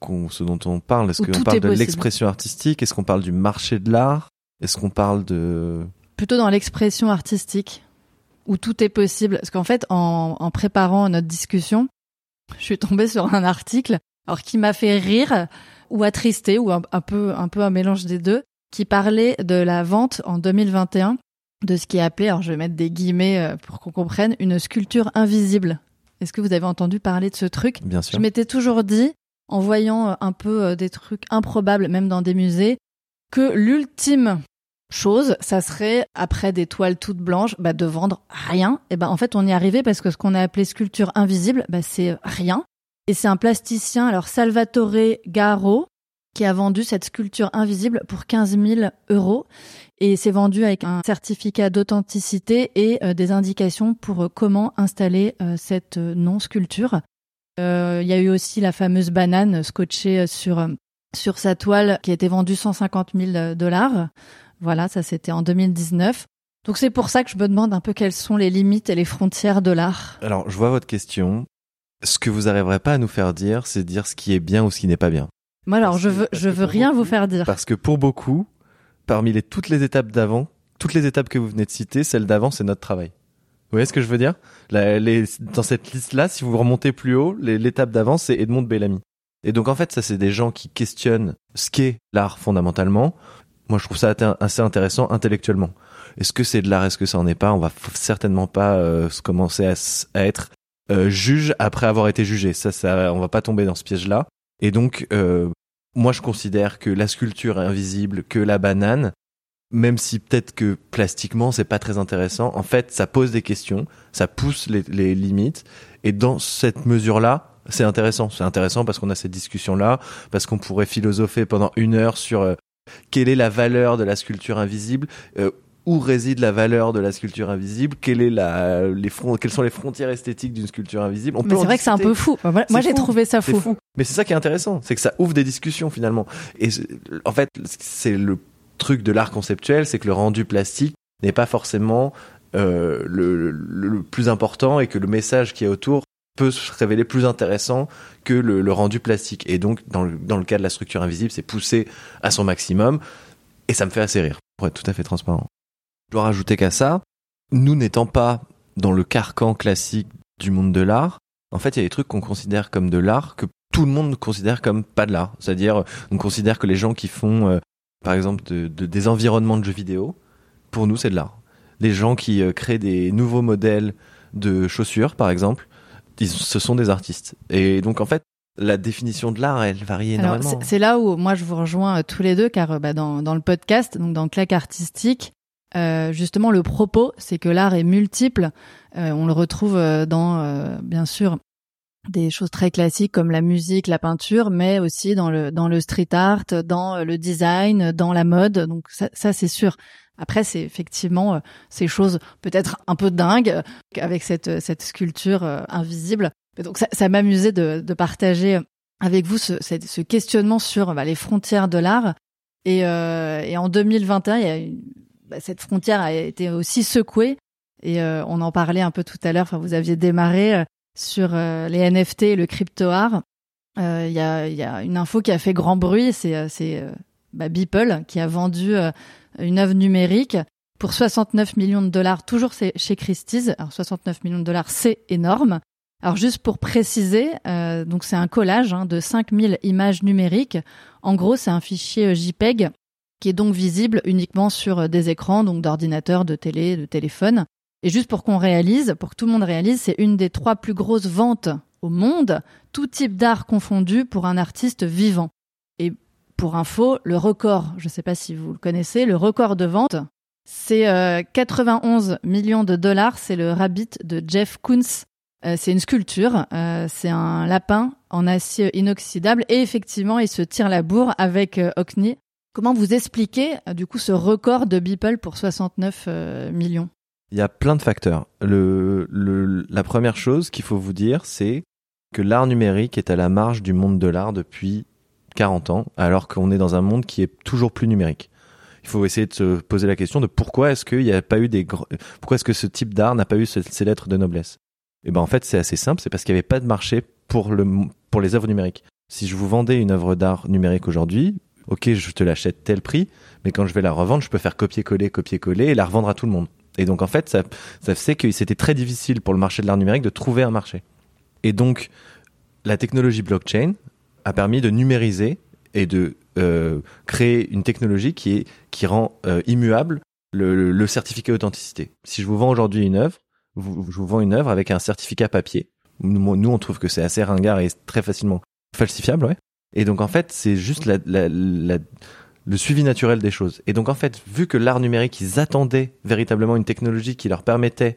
qu'on, ce dont on parle? Est-ce Où qu'on tout parle est de possible. l'expression artistique? Est-ce qu'on parle du marché de l'art? Est-ce qu'on parle de... Plutôt dans l'expression artistique, où tout est possible. Parce qu'en fait, en, en préparant notre discussion, je suis tombée sur un article, alors qui m'a fait rire ou attrister, ou un, un peu, un peu un mélange des deux, qui parlait de la vente en deux mille vingt et un de ce qui est appelé, alors je vais mettre des guillemets pour qu'on comprenne, une sculpture invisible. Est-ce que vous avez entendu parler de ce truc? Bien sûr. Je m'étais toujours dit, en voyant un peu des trucs improbables, même dans des musées, que l'ultime chose, ça serait, après des toiles toutes blanches, bah, de vendre rien. Et ben, en fait, on y est arrivé parce que ce qu'on a appelé sculpture invisible, bah, c'est rien. Et c'est un plasticien, alors Salvatore Garo, qui a vendu cette sculpture invisible pour quinze mille euros. Et c'est vendu avec un certificat d'authenticité et euh, des indications pour euh, comment installer euh, cette euh, non-sculpture. Il euh, y a eu aussi la fameuse banane scotchée sur, euh, sur sa toile qui a été vendue cent cinquante mille dollars. Voilà, ça c'était en deux mille dix-neuf. Donc c'est pour ça que je me demande un peu quelles sont les limites et les frontières de l'art. Alors, je vois votre question. Ce que vous n'arriverez pas à nous faire dire, c'est dire ce qui est bien ou ce qui n'est pas bien. Moi alors, Parce je que- veux, parce je que veux pour rien beaucoup- vous faire dire. Parce que pour beaucoup, parmi les, toutes les étapes d'avant, toutes les étapes que vous venez de citer, celle d'avant, c'est notre travail. Vous voyez ce que je veux dire? La- les, Dans cette liste-là, si vous remontez plus haut, les- l'étape d'avant, c'est Edmond de Bellamy. Et donc, en fait, ça, c'est des gens qui questionnent ce qu'est l'art fondamentalement. Moi, je trouve ça atte- assez intéressant intellectuellement. Est-ce que c'est de l'art? Est-ce que ça en est pas? On va f- certainement pas euh, se commencer à, s- à être euh, juge après avoir été jugé. Ça, ça, on va pas tomber dans ce piège-là. Et donc, euh, moi, je considère que la sculpture est invisible, que la banane, même si peut-être que plastiquement, c'est pas très intéressant, en fait, ça pose des questions, ça pousse les, les limites. Et dans cette mesure-là, c'est intéressant. C'est intéressant parce qu'on a cette discussion-là, parce qu'on pourrait philosopher pendant une heure sur euh, quelle est la valeur de la sculpture invisible, euh, où réside la valeur de la sculpture invisible, quelle est la, les fron- quelles sont les frontières esthétiques d'une sculpture invisible. On peut Mais en c'est vrai que c'est un discuter. peu fou. Moi, moi, C'est j'ai fou. trouvé ça C'est fou. fou. Mais c'est ça qui est intéressant, c'est que ça ouvre des discussions finalement. Et c'est- en fait, c'est le truc de l'art conceptuel, c'est que le rendu plastique n'est pas forcément euh, le, le, le plus important et que le message qui est autour peut se révéler plus intéressant que le, le rendu plastique. Et donc, dans le, dans le cas de la structure invisible, c'est poussé à son maximum. Et ça me fait assez rire, pour être tout à fait transparent. Je dois rajouter qu'à ça, nous n'étant pas dans le carcan classique du monde de l'art, en fait, il y a des trucs qu'on considère comme de l'art que tout le monde considère comme pas de l'art. C'est-à-dire, on considère que les gens qui font, euh, par exemple, de, de, des environnements de jeux vidéo, pour nous, c'est de l'art. Les gens qui euh, créent des nouveaux modèles de chaussures, par exemple, ils, ce sont des artistes. Et donc, en fait, la définition de l'art, elle varie Alors, énormément. c'est, c'est là où moi je vous rejoins euh, tous les deux, car euh, bah, dans, dans le podcast, donc dans Claque Artistique, euh, justement le propos, c'est que l'art est multiple. Euh, on le retrouve euh, dans, euh, bien sûr, des choses très classiques comme la musique, la peinture, mais aussi dans le dans le street art, dans euh, le design, dans la mode. Donc ça, ça c'est sûr. Après, c'est effectivement euh, ces choses peut-être un peu dingues euh, avec cette cette sculpture euh, invisible. Et donc ça, ça m'amusait de, de partager avec vous ce, ce, ce questionnement sur bah, les frontières de l'art. Et, euh, et en deux mille vingt et un, il y a une, bah, cette frontière a été aussi secouée. Et euh, on en parlait un peu tout à l'heure. Enfin, vous aviez démarré euh, sur euh, les N F T et le crypto art. Euh, Il y a, il y a une info qui a fait grand bruit. C'est, c'est euh, bah, Beeple qui a vendu euh, une œuvre numérique pour soixante-neuf millions de dollars, toujours chez Christie's. Alors soixante-neuf millions de dollars, c'est énorme. Alors juste pour préciser, euh, donc c'est un collage hein, de cinq mille images numériques. En gros, c'est un fichier JPEG qui est donc visible uniquement sur des écrans, donc d'ordinateur, de télé, de téléphone. Et juste pour qu'on réalise, pour que tout le monde réalise, c'est une des trois plus grosses ventes au monde, tout type d'art confondu pour un artiste vivant. Et pour info, le record, je ne sais pas si vous le connaissez, le record de vente, c'est euh, quatre-vingt-onze millions de dollars. C'est le Rabbit de Jeff Koons. Euh, c'est une sculpture, euh, c'est un lapin en acier inoxydable et effectivement, il se tire la bourre avec euh, Hockney. Comment vous expliquez euh, du coup ce record de Beeple pour soixante-neuf euh, millions? Il y a plein de facteurs. Le, le, la première chose qu'il faut vous dire, c'est que l'art numérique est à la marge du monde de l'art depuis quarante ans, alors qu'on est dans un monde qui est toujours plus numérique. Il faut essayer de se poser la question de pourquoi est-ce qu'il n'y a pas eu des gr... pourquoi est-ce que ce type d'art n'a pas eu ces lettres de noblesse. Et ben en fait c'est assez simple, c'est parce qu'il n'y avait pas de marché pour le pour les œuvres numériques. Si je vous vendais une œuvre d'art numérique aujourd'hui, ok, je te l'achète tel prix, mais quand je vais la revendre, je peux faire copier-coller, copier-coller et la revendre à tout le monde. Et donc en fait, ça, ça fait que c'était très difficile pour le marché de l'art numérique de trouver un marché. Et donc, la technologie blockchain a permis de numériser et de euh, créer une technologie qui, est, qui rend euh, immuable le, le, le certificat d'authenticité. Si je vous vends aujourd'hui une œuvre, vous, je vous vends une œuvre avec un certificat papier. Nous, nous on trouve que c'est assez ringard et très facilement falsifiable, ouais. Et donc en fait, c'est juste la, la, la, le suivi naturel des choses. Et donc en fait, vu que l'art numérique, ils attendaient véritablement une technologie qui leur permettait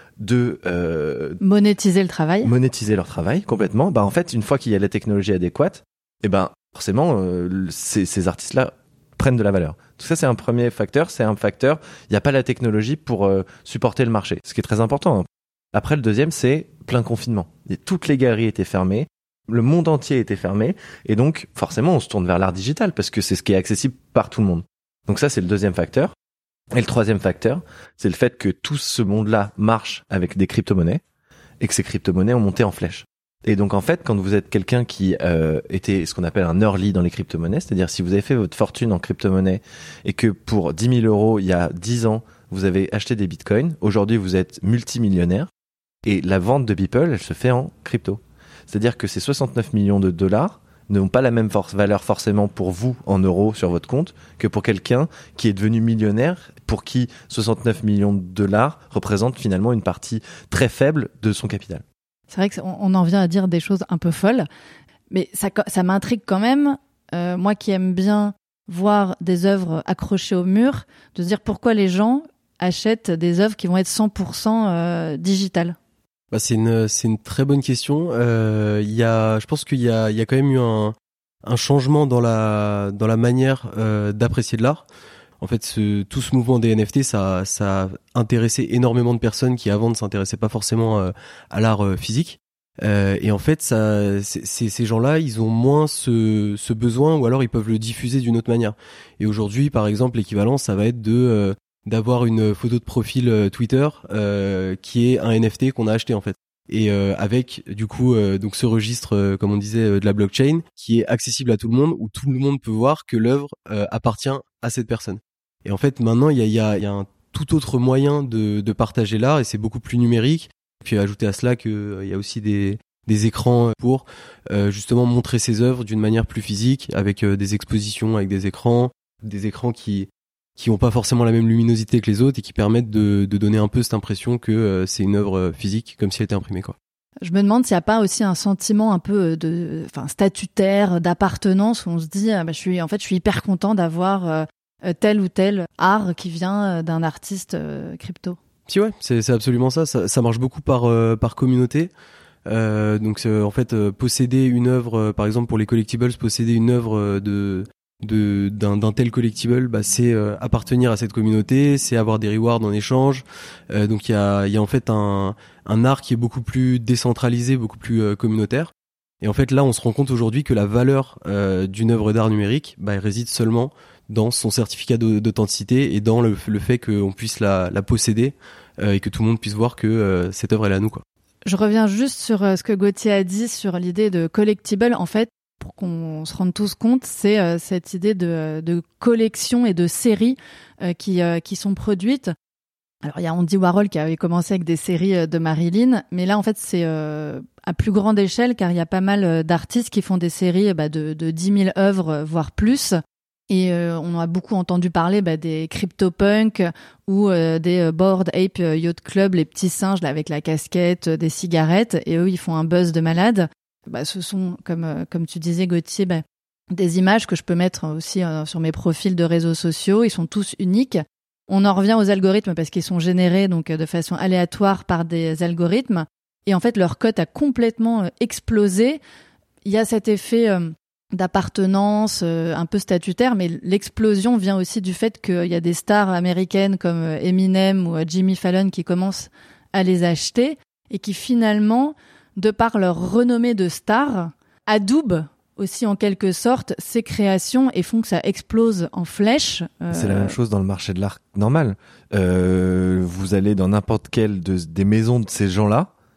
de euh, monétiser le travail, monétiser leur travail complètement. Bah en fait, une fois qu'il y a la technologie adéquate, et ben forcément, euh, ces, ces artistes-là prennent de la valeur. Tout ça, c'est un premier facteur. C'est un facteur. Il n'y a pas la technologie pour euh, supporter le marché, ce qui est très important. Après, le deuxième, c'est plein confinement. Et toutes les galeries étaient fermées. Le monde entier était fermé, et donc forcément on se tourne vers l'art digital parce que c'est ce qui est accessible par tout le monde. Donc ça c'est le deuxième facteur. Et le troisième facteur, c'est le fait que tout ce monde-là marche avec des crypto-monnaies et que ces crypto-monnaies ont monté en flèche. Et donc en fait, quand vous êtes quelqu'un qui euh, était ce qu'on appelle un early dans les crypto-monnaies, c'est-à-dire si vous avez fait votre fortune en crypto-monnaie et que pour dix mille euros il y a dix ans vous avez acheté des bitcoins, aujourd'hui vous êtes multimillionnaire et la vente de Beeple elle se fait en crypto. C'est-à-dire que ces soixante-neuf millions de dollars n'ont pas la même force, valeur forcément pour vous en euros sur votre compte que pour quelqu'un qui est devenu millionnaire, pour qui soixante-neuf millions de dollars représentent finalement une partie très faible de son capital. C'est vrai qu'on en vient à dire des choses un peu folles, mais ça, ça m'intrigue quand même, euh, moi qui aime bien voir des œuvres accrochées au mur, de se dire pourquoi les gens achètent des œuvres qui vont être cent pour cent euh, digitales. Bah c'est une c'est une très bonne question. Euh, il y a, je pense qu'il y a il y a quand même eu un un changement dans la dans la manière euh, d'apprécier de l'art. En fait, ce, tout ce mouvement des N F T, ça ça a intéressé énormément de personnes qui avant ne s'intéressaient pas forcément euh, à l'art euh, physique. Euh, et en fait, ça, c'est, c'est, ces gens-là, ils ont moins ce, ce besoin, ou alors ils peuvent le diffuser d'une autre manière. Et aujourd'hui, par exemple, l'équivalent, ça va être de euh, d'avoir une photo de profil euh, Twitter euh, qui est un N F T qu'on a acheté en fait. Et euh, avec du coup euh, donc ce registre, euh, comme on disait, euh, de la blockchain, qui est accessible à tout le monde, où tout le monde peut voir que l'œuvre euh, appartient à cette personne. Et en fait, maintenant, il y a, il y a, il y a un tout autre moyen de, de partager l'art, et c'est beaucoup plus numérique. Puis ajouter à cela qu'il euh, y a aussi des, des écrans pour euh, justement montrer ses œuvres d'une manière plus physique, avec euh, des expositions, avec des écrans, des écrans qui qui ont pas forcément la même luminosité que les autres et qui permettent de, de donner un peu cette impression que euh, c'est une œuvre physique, comme si elle était imprimée, quoi. Je me demande s'il n'y a pas aussi un sentiment un peu de, enfin, statutaire, d'appartenance, où on se dit, ah, bah, je suis, en fait, je suis hyper content d'avoir euh, tel ou tel art qui vient d'un artiste euh, crypto. Si ouais, c'est, c'est absolument ça. ça. Ça marche beaucoup par euh, par communauté. Euh, donc euh, en fait, euh, posséder une œuvre, euh, par exemple pour les collectibles, posséder une œuvre de de d'un, d'un tel collectible, bah c'est euh, appartenir à cette communauté, c'est avoir des rewards en échange. Euh, donc il y a il y a en fait un un art qui est beaucoup plus décentralisé, beaucoup plus euh, communautaire. Et en fait là, on se rend compte aujourd'hui que la valeur euh, d'une œuvre d'art numérique, bah elle réside seulement dans son certificat d'authenticité et dans le, le fait qu'on puisse la, la posséder euh, et que tout le monde puisse voir que euh, cette œuvre elle est à nous, quoi. Je reviens juste sur euh, ce que Gauthier a dit sur l'idée de collectible. En fait, pour qu'on se rende tous compte, c'est euh, cette idée de, de collection et de séries euh, qui, euh, qui sont produites. Alors, il y a Andy Warhol qui avait commencé avec des séries de Marilyn, mais là, en fait, c'est euh, à plus grande échelle, car il y a pas mal d'artistes qui font des séries bah, de, de dix mille œuvres, voire plus. Et euh, on a beaucoup entendu parler bah, des CryptoPunk ou euh, des Bored Ape Yacht Club, les petits singes là, avec la casquette, des cigarettes, et eux, ils font un buzz de malade. Bah, ce sont, comme, euh, comme tu disais, Gauthier, bah, des images que je peux mettre aussi euh, sur mes profils de réseaux sociaux. Ils sont tous uniques. On en revient aux algorithmes parce qu'ils sont générés donc de façon aléatoire par des algorithmes. Et en fait, leur cote a complètement euh, explosé. Il y a cet effet euh, d'appartenance euh, un peu statutaire, mais l'explosion vient aussi du fait qu'il y a des stars américaines comme euh, Eminem ou euh, Jimmy Fallon qui commencent à les acheter et qui finalement, de par leur renommée de stars, adoubent aussi en quelque sorte ces créations et font que ça explose en flèche. Euh... C'est la même chose dans le marché de l'art normal. Euh, vous allez dans n'importe quelle de, des maisons de ces gens-là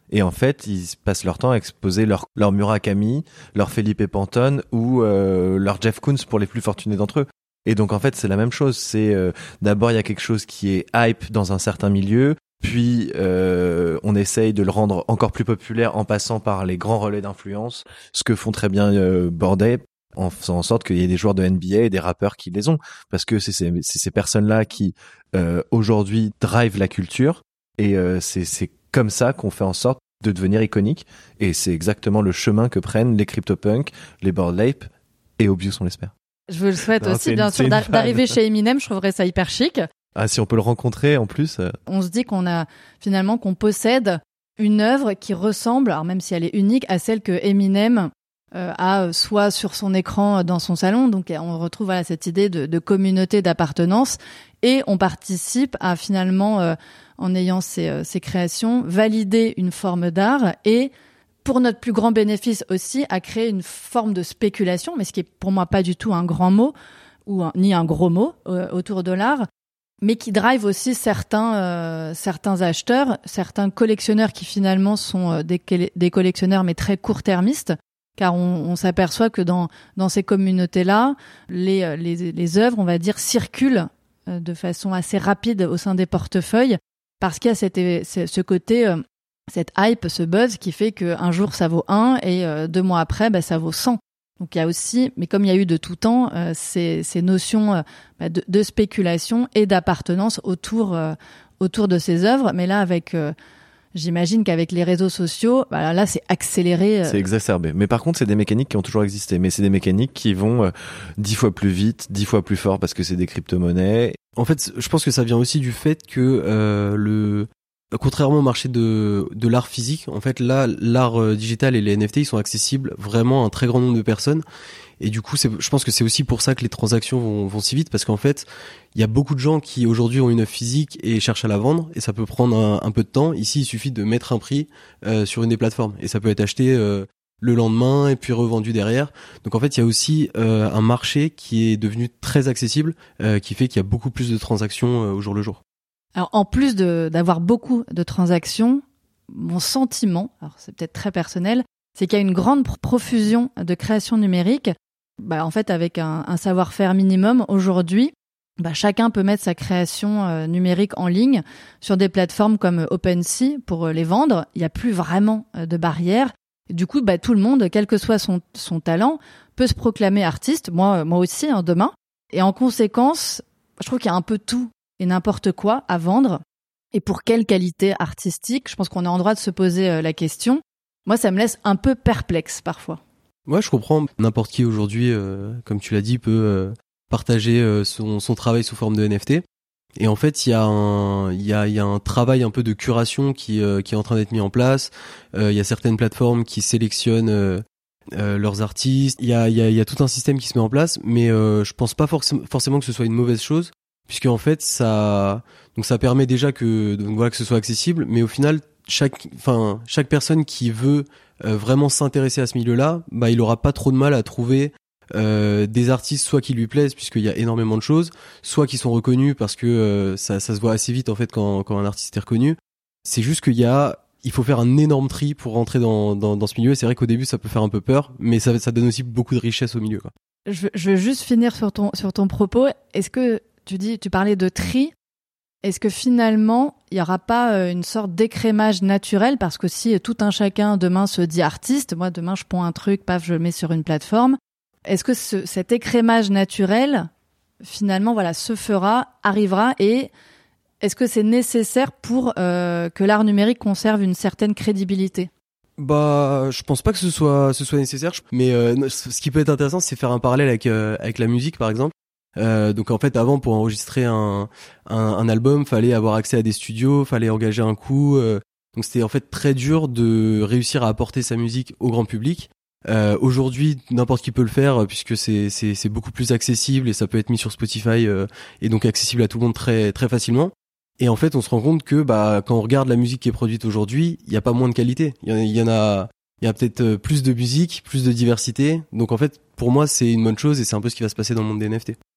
Et en fait, ils passent leur temps à exposer leur, leur Murakami, leur Felipe Pantone ou euh, leur Jeff Koons pour les plus fortunés d'entre eux. Et donc en fait, c'est la même chose. C'est euh, d'abord il y a quelque chose qui est hype dans un certain milieu, puis euh, on essaye de le rendre encore plus populaire en passant par les grands relais d'influence, ce que font très bien euh, Bored Ape, en faisant en sorte qu'il y ait des joueurs de N B A et des rappeurs qui les ont, parce que c'est ces, c'est ces personnes-là qui euh, aujourd'hui drivent la culture, et euh, c'est, c'est comme ça qu'on fait en sorte de devenir iconique, et c'est exactement le chemin que prennent les CryptoPunk, les Bored Ape et Obvious, on l'espère. Je vous le souhaite Non, aussi, une, bien sûr, une d'arriver chez Eminem, je trouverais ça hyper chic. Ah, si on peut le rencontrer en plus. Euh... On se dit qu'on a finalement qu'on possède une œuvre qui ressemble, alors même si elle est unique, à celle que Eminem euh, a soit sur son écran dans son salon. Donc on retrouve voilà, cette idée de, de communauté, d'appartenance, et on participe à finalement, euh, en ayant ces, euh, ces créations, valider une forme d'art et pour notre plus grand bénéfice aussi, à créer une forme de spéculation, mais ce qui est pour moi pas du tout un grand mot ou un, ni un gros mot euh, autour de l'art, mais qui drive aussi certains euh, certains acheteurs, certains collectionneurs qui finalement sont euh, des, des collectionneurs mais très court-termistes, car on, on s'aperçoit que dans dans ces communautés-là, les les les œuvres, on va dire, circulent euh, de façon assez rapide au sein des portefeuilles, parce qu'il y a cette, ce côté euh, cette hype, ce buzz qui fait qu'un jour ça vaut un et euh, deux mois après bah, ça vaut cent. Donc il y a aussi, mais comme il y a eu de tout temps, euh, ces, ces notions euh, bah, de, de spéculation et d'appartenance autour euh, autour de ces œuvres. Mais là, avec, euh, j'imagine qu'avec les réseaux sociaux, bah, là c'est accéléré. Euh... C'est exacerbé. Mais par contre, c'est des mécaniques qui ont toujours existé. Mais c'est des mécaniques qui vont euh, dix fois plus vite, dix fois plus fort parce que c'est des crypto-monnaies. En fait, je pense que ça vient aussi du fait que euh, le contrairement au marché de de l'art physique, en fait là l'art euh, digital et les N F T ils sont accessibles vraiment à un très grand nombre de personnes, et du coup c'est, je pense que c'est aussi pour ça que les transactions vont, vont si vite, parce qu'en fait il y a beaucoup de gens qui aujourd'hui ont une œuvre physique et cherchent à la vendre, et ça peut prendre un, un peu de temps. Ici il suffit de mettre un prix euh, sur une des plateformes et ça peut être acheté euh, le lendemain et puis revendu derrière. Donc en fait il y a aussi euh, un marché qui est devenu très accessible, euh, qui fait qu'il y a beaucoup plus de transactions euh, au jour le jour. Alors, en plus de, d'avoir beaucoup de transactions, mon sentiment, alors c'est peut-être très personnel, c'est qu'il y a une grande profusion de création numérique. Bah, en fait, avec un, un savoir-faire minimum, aujourd'hui, bah, chacun peut mettre sa création euh, numérique en ligne sur des plateformes comme OpenSea pour euh, les vendre. Il n'y a plus vraiment euh, de barrières. Et du coup, bah, tout le monde, quel que soit son, son talent, peut se proclamer artiste. Moi, moi aussi, hein, demain. Et en conséquence, je trouve qu'il y a un peu tout et n'importe quoi à vendre, et pour quelle qualité artistique. Je pense qu'on a en droit de se poser euh, la question. Moi, ça me laisse un peu perplexe parfois. Ouais, je comprends. N'importe qui aujourd'hui, euh, comme tu l'as dit, peut euh, partager euh, son, son travail sous forme de N F T. Et en fait, il y a un, il y a, il y a un travail un peu de curation qui, euh, qui est en train d'être mis en place. Euh, il y a certaines plateformes qui sélectionnent euh, euh, leurs artistes. Il y a, il y a, il y a tout un système qui se met en place, mais euh, je pense pas forc- forcément que ce soit une mauvaise chose, puisque en fait ça donc ça permet déjà que donc voilà que ce soit accessible, mais au final chaque enfin chaque personne qui veut euh, vraiment s'intéresser à ce milieu-là, bah il aura pas trop de mal à trouver euh, des artistes soit qui lui plaisent puisqu'il y a énormément de choses, soit qui sont reconnus parce que euh, ça ça se voit assez vite en fait quand quand un artiste est reconnu. C'est juste qu'il y a il faut faire un énorme tri pour rentrer dans dans dans ce milieu, et c'est vrai qu'au début ça peut faire un peu peur, mais ça ça donne aussi beaucoup de richesse au milieu, quoi. Je je veux juste finir sur ton sur ton propos. Est-ce que tu dis, tu parlais de tri. Est-ce que finalement, il n'y aura pas une sorte d'écrémage naturel, parce que si tout un chacun demain se dit artiste, moi demain je prends un truc, paf, je le mets sur une plateforme. Est-ce que ce, cet écrémage naturel, finalement, voilà, se fera, arrivera, et est-ce que c'est nécessaire pour euh, que l'art numérique conserve une certaine crédibilité ? Bah, je pense pas que ce soit ce soit nécessaire, mais euh, ce qui peut être intéressant, c'est faire un parallèle avec euh, avec la musique, par exemple. Euh, donc en fait avant pour enregistrer un, un un album fallait avoir accès à des studios, fallait engager un coût, euh, donc c'était en fait très dur de réussir à apporter sa musique au grand public. Euh, aujourd'hui n'importe qui peut le faire puisque c'est c'est c'est beaucoup plus accessible et ça peut être mis sur Spotify euh, et donc accessible à tout le monde très très facilement. Et en fait on se rend compte que bah quand on regarde la musique qui est produite aujourd'hui, il y a pas moins de qualité, il y en a, il y en a il y a peut-être plus de musique, plus de diversité. Donc en fait pour moi c'est une bonne chose et c'est un peu ce qui va se passer dans le monde des N F T.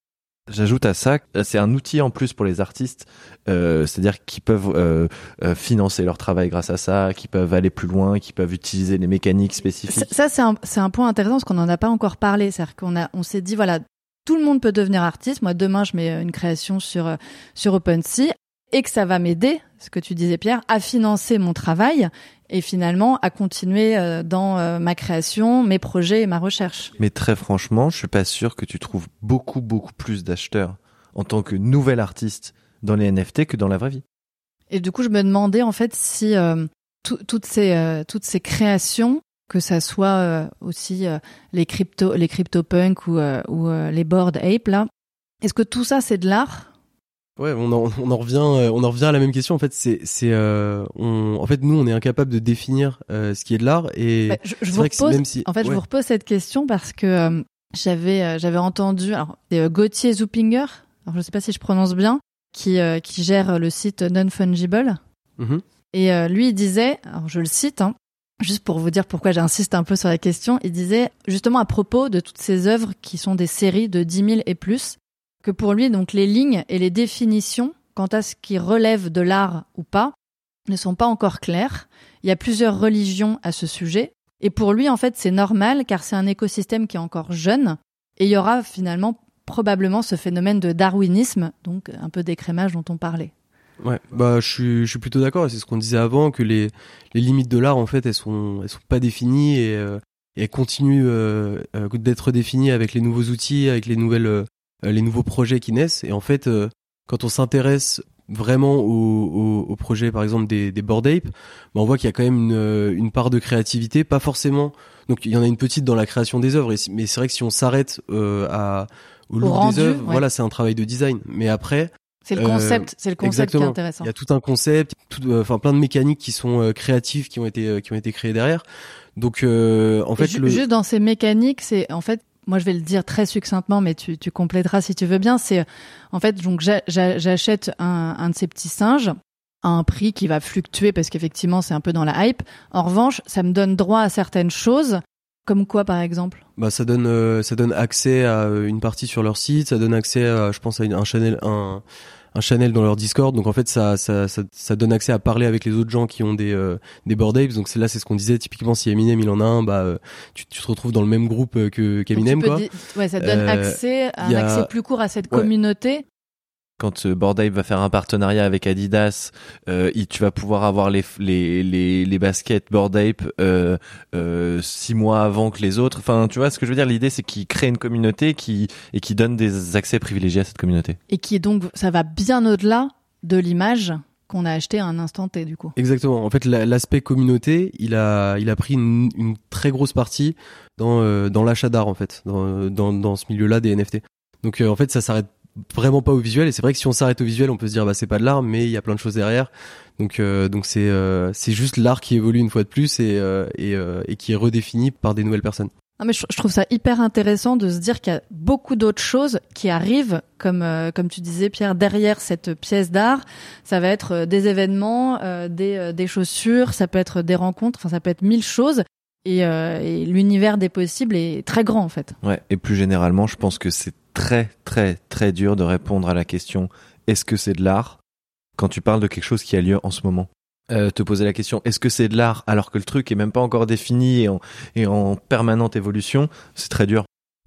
J'ajoute à ça, c'est un outil en plus pour les artistes, euh, c'est-à-dire qu'ils peuvent euh, euh, financer leur travail grâce à ça, qu'ils peuvent aller plus loin, qu'ils peuvent utiliser les mécaniques spécifiques. Ça, c'est un, c'est un point intéressant parce qu'on n'en a pas encore parlé. C'est-à-dire qu'on a, on s'est dit, voilà, tout le monde peut devenir artiste. Moi, demain, je mets une création sur, sur OpenSea et que ça va m'aider, ce que tu disais, Pierre, à financer mon travail et finalement à continuer dans ma création, mes projets et ma recherche. Mais très franchement, je suis pas sûr que tu trouves beaucoup, beaucoup plus d'acheteurs en tant que nouvel artiste dans les N F T que dans la vraie vie. Et du coup, je me demandais en fait si euh, tout, toutes ces euh, toutes ces créations, que ça soit euh, aussi euh, les crypto les CryptoPunks ou euh, ou euh, les Bored Ape là, est-ce que tout ça c'est de l'art? Ouais, on en, on en revient, on en revient à la même question. En fait, c'est, c'est, euh, on, en fait, nous, on est incapable de définir euh, ce qui est de l'art. Et bah, je, je vous repose, même si, en fait, ouais. je vous repose cette question parce que euh, j'avais, euh, j'avais entendu, alors, c'est euh, Gauthier Zuppinger, alors je sais pas si je prononce bien, qui, euh, qui gère le site Non Fungible. Mm-hmm. Et euh, lui, il disait, alors je le cite, hein, juste pour vous dire pourquoi j'insiste un peu sur la question, il disait justement à propos de toutes ces œuvres qui sont des séries de dix mille et plus, que pour lui, donc, les lignes et les définitions quant à ce qui relève de l'art ou pas ne sont pas encore claires. Il y a plusieurs religions à ce sujet. Et pour lui, en fait, c'est normal car c'est un écosystème qui est encore jeune. Et il y aura finalement probablement ce phénomène de darwinisme, donc un peu d'écrémage dont on parlait. Ouais, bah je suis je suis plutôt d'accord. C'est ce qu'on disait avant, que les les limites de l'art, en fait, elles sont elles sont pas définies et, euh, et elles continuent euh, euh, d'être définies avec les nouveaux outils, avec les nouvelles euh, les nouveaux projets qui naissent. Et en fait, euh, quand on s'intéresse vraiment au, au, au projet, par exemple, des, des Bored Ape, bah, on voit qu'il y a quand même une, une part de créativité, pas forcément... Donc, il y en a une petite dans la création des œuvres, mais c'est vrai que si on s'arrête euh, à, au look au rendu, des œuvres, ouais. voilà, c'est un travail de design. Mais après... C'est le concept, euh, c'est le concept exactement. qui est intéressant. Il y a tout un concept, tout, euh, enfin, plein de mécaniques qui sont euh, créatives, qui ont été, euh, qui ont été créées derrière. Donc, euh, en fait... Ju- le... Juste dans ces mécaniques, c'est en fait... Moi, je vais le dire très succinctement, mais tu, tu compléteras si tu veux bien. C'est, en fait, donc, j'a, j'a, j'achète un, un de ces petits singes à un prix qui va fluctuer parce qu'effectivement, c'est un peu dans la hype. En revanche, ça me donne droit à certaines choses. Comme quoi, par exemple? Bah, ça donne, euh, ça donne accès à une partie sur leur site. Ça donne accès à, je pense, à une, un channel, un, un channel dans leur Discord. Donc en fait, ça, ça, ça, ça donne accès à parler avec les autres gens qui ont des, euh, des Bored Apes. Donc c'est là, c'est ce qu'on disait. Typiquement, si Eminem il en a un, bah, euh, tu, tu te retrouves dans le même groupe que qu'Eminem, quoi. Di- ouais, ça te donne euh, accès, un a... accès plus court à cette ouais. communauté. Quand euh, Bored Ape va faire un partenariat avec Adidas, euh, il, tu vas pouvoir avoir les les les, les baskets Bored Ape euh, euh, six mois avant que les autres. Enfin, tu vois ce que je veux dire. L'idée, c'est qu'il crée une communauté qui et qui donne des accès privilégiés à cette communauté. Et qui est donc, ça va bien au-delà de l'image qu'on a acheté à un instant T, du coup. Exactement. En fait, la, l'aspect communauté, il a, il a pris une, une très grosse partie dans, euh, dans l'achat d'art, en fait, dans, dans, dans ce milieu-là des N F T. Donc, euh, en fait, ça s'arrête vraiment pas au visuel. Et c'est vrai que si on s'arrête au visuel, on peut se dire, bah, c'est pas de l'art, mais il y a plein de choses derrière. Donc, euh, donc c'est, euh, c'est juste l'art qui évolue une fois de plus et, euh, et, euh, et qui est redéfini par des nouvelles personnes. Non, mais je, je trouve ça hyper intéressant de se dire qu'il y a beaucoup d'autres choses qui arrivent, comme euh, comme tu disais, Pierre, derrière cette pièce d'art. Ça va être euh, des événements, euh, des euh, des chaussures, ça peut être des rencontres, enfin ça peut être mille choses. Et, euh, et l'univers des possibles est très grand en fait. Ouais. Et plus généralement, je pense que c'est très très très dur de répondre à la question est-ce que c'est de l'art quand tu parles de quelque chose qui a lieu en ce moment. Euh, te poser la question est-ce que c'est de l'art alors que le truc est même pas encore défini et en, et en permanente évolution, c'est très dur.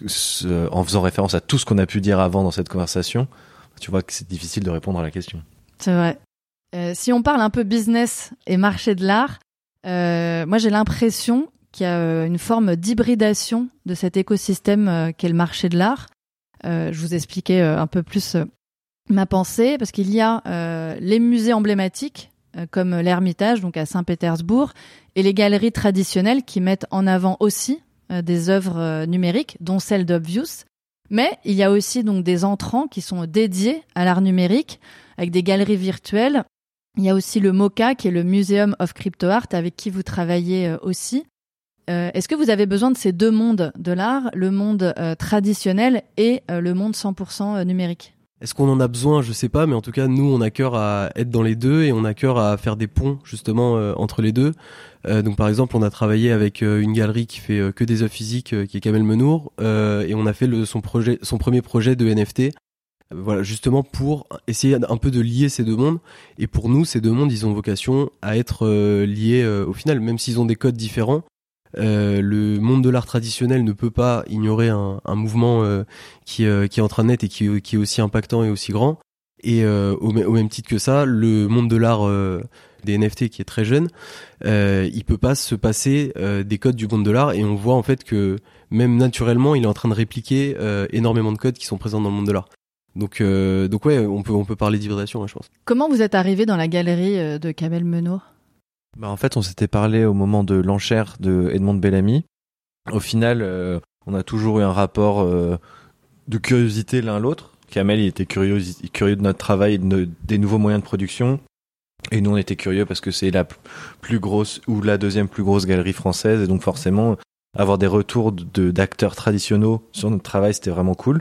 Ce, en faisant référence à tout ce qu'on a pu dire avant dans cette conversation, tu vois que c'est difficile de répondre à la question. C'est vrai. Euh, si on parle un peu business et marché de l'art, euh, moi j'ai l'impression qu'il y a une forme d'hybridation de cet écosystème euh, qu'est le marché de l'art. Euh, je vous expliquais euh, un peu plus euh, ma pensée, parce qu'il y a euh, les musées emblématiques comme l'Ermitage, donc à Saint-Pétersbourg, et les galeries traditionnelles qui mettent en avant aussi euh, des œuvres euh, numériques, dont celle d'Obvious. Mais il y a aussi donc des entrants qui sont dédiés à l'art numérique, avec des galeries virtuelles. Il y a aussi le MoCA, qui est le Museum of Crypto Art, avec qui vous travaillez euh, aussi. Euh, est-ce que vous avez besoin de ces deux mondes de l'art, le monde euh, traditionnel et euh, le monde cent pour cent numérique ? Est-ce qu'on en a besoin? Je sais pas, mais en tout cas, nous, on a cœur à être dans les deux et on a cœur à faire des ponts justement euh, entre les deux. Euh, donc, par exemple, on a travaillé avec euh, une galerie qui fait euh, que des œuvres physiques, euh, qui est Kamel Menour, euh, et on a fait le, son projet, son premier projet de N F T Voilà, justement pour essayer un peu de lier ces deux mondes. Et pour nous, ces deux mondes, ils ont vocation à être euh, liés euh, au final, même s'ils ont des codes différents. Euh, le monde de l'art traditionnel ne peut pas ignorer un, un mouvement euh, qui, euh, qui est en train de naître et qui, qui est aussi impactant et aussi grand. Et euh, au, au même titre que ça, le monde de l'art euh, des N F T qui est très jeune, euh, il peut pas se passer euh, des codes du monde de l'art. Et on voit en fait que même naturellement, il est en train de répliquer euh, énormément de codes qui sont présents dans le monde de l'art. Donc, euh, donc ouais, on peut, on peut parler d'hybridation, ouais, je pense. Comment vous êtes arrivé dans la galerie de Kamel Mennour ? Bah en fait, on s'était parlé au moment de l'enchère de Edmond Bellamy. Au final, euh, on a toujours eu un rapport euh, de curiosité l'un l'autre. Kamel, il était curieux, curieux de notre travail et de, des nouveaux moyens de production. Et nous, on était curieux parce que c'est la plus grosse ou la deuxième plus grosse galerie française. Et donc, forcément, avoir des retours de, d'acteurs traditionnels sur notre travail, c'était vraiment cool.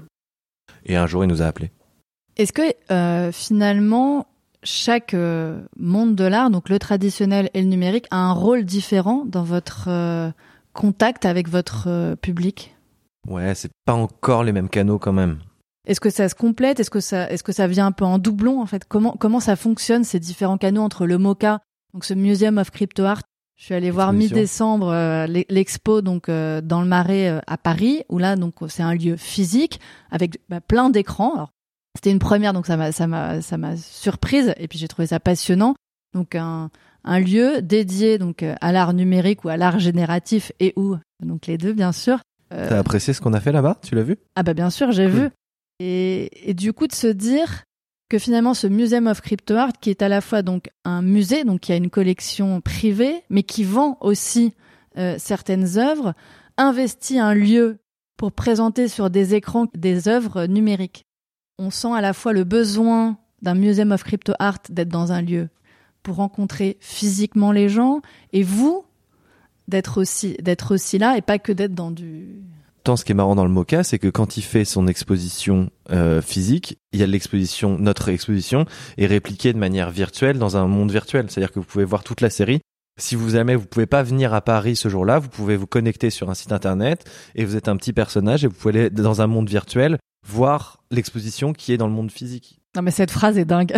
Et un jour, il nous a appelés. Est-ce que euh, finalement, chaque euh, monde de l'art, donc le traditionnel et le numérique, a un rôle différent dans votre euh, contact avec votre euh, public ? Ouais, c'est pas encore les mêmes canaux quand même. Est-ce que ça se complète ? Est-ce que ça, est-ce que ça vient un peu en doublon en fait ? Comment comment ça fonctionne ces différents canaux entre le MoCA, donc ce Museum of Crypto Art. Je suis allée voir mi-décembre euh, l'expo donc euh, dans le Marais euh, à Paris, où là donc c'est un lieu physique avec bah, plein d'écrans. Alors c'était une première, donc ça m'a ça m'a ça m'a surprise et puis j'ai trouvé ça passionnant. Donc un un lieu dédié donc à l'art numérique ou à l'art génératif et où donc les deux bien sûr. Euh... T'as apprécié ce qu'on a fait là-bas ? Tu l'as vu ? Ah bah bien sûr, j'ai cool. vu. Et, et du coup, de se dire que finalement, ce Museum of Crypto Art, qui est à la fois donc un musée, donc qui a une collection privée, mais qui vend aussi euh, certaines œuvres, investit un lieu pour présenter sur des écrans des œuvres numériques. On sent à la fois le besoin d'un Museum of Crypto Art d'être dans un lieu pour rencontrer physiquement les gens, et vous, d'être aussi, d'être aussi là, et pas que d'être dans du... Ce qui est marrant dans le MoCA, c'est que quand il fait son exposition euh, physique, il y a l'exposition, notre exposition est répliquée de manière virtuelle dans un monde virtuel. C'est-à-dire que vous pouvez voir toute la série. Si vous aimez, vous pouvez pas venir à Paris ce jour-là, vous pouvez vous connecter sur un site internet et vous êtes un petit personnage et vous pouvez aller dans un monde virtuel voir l'exposition qui est dans le monde physique. Non mais cette phrase est dingue.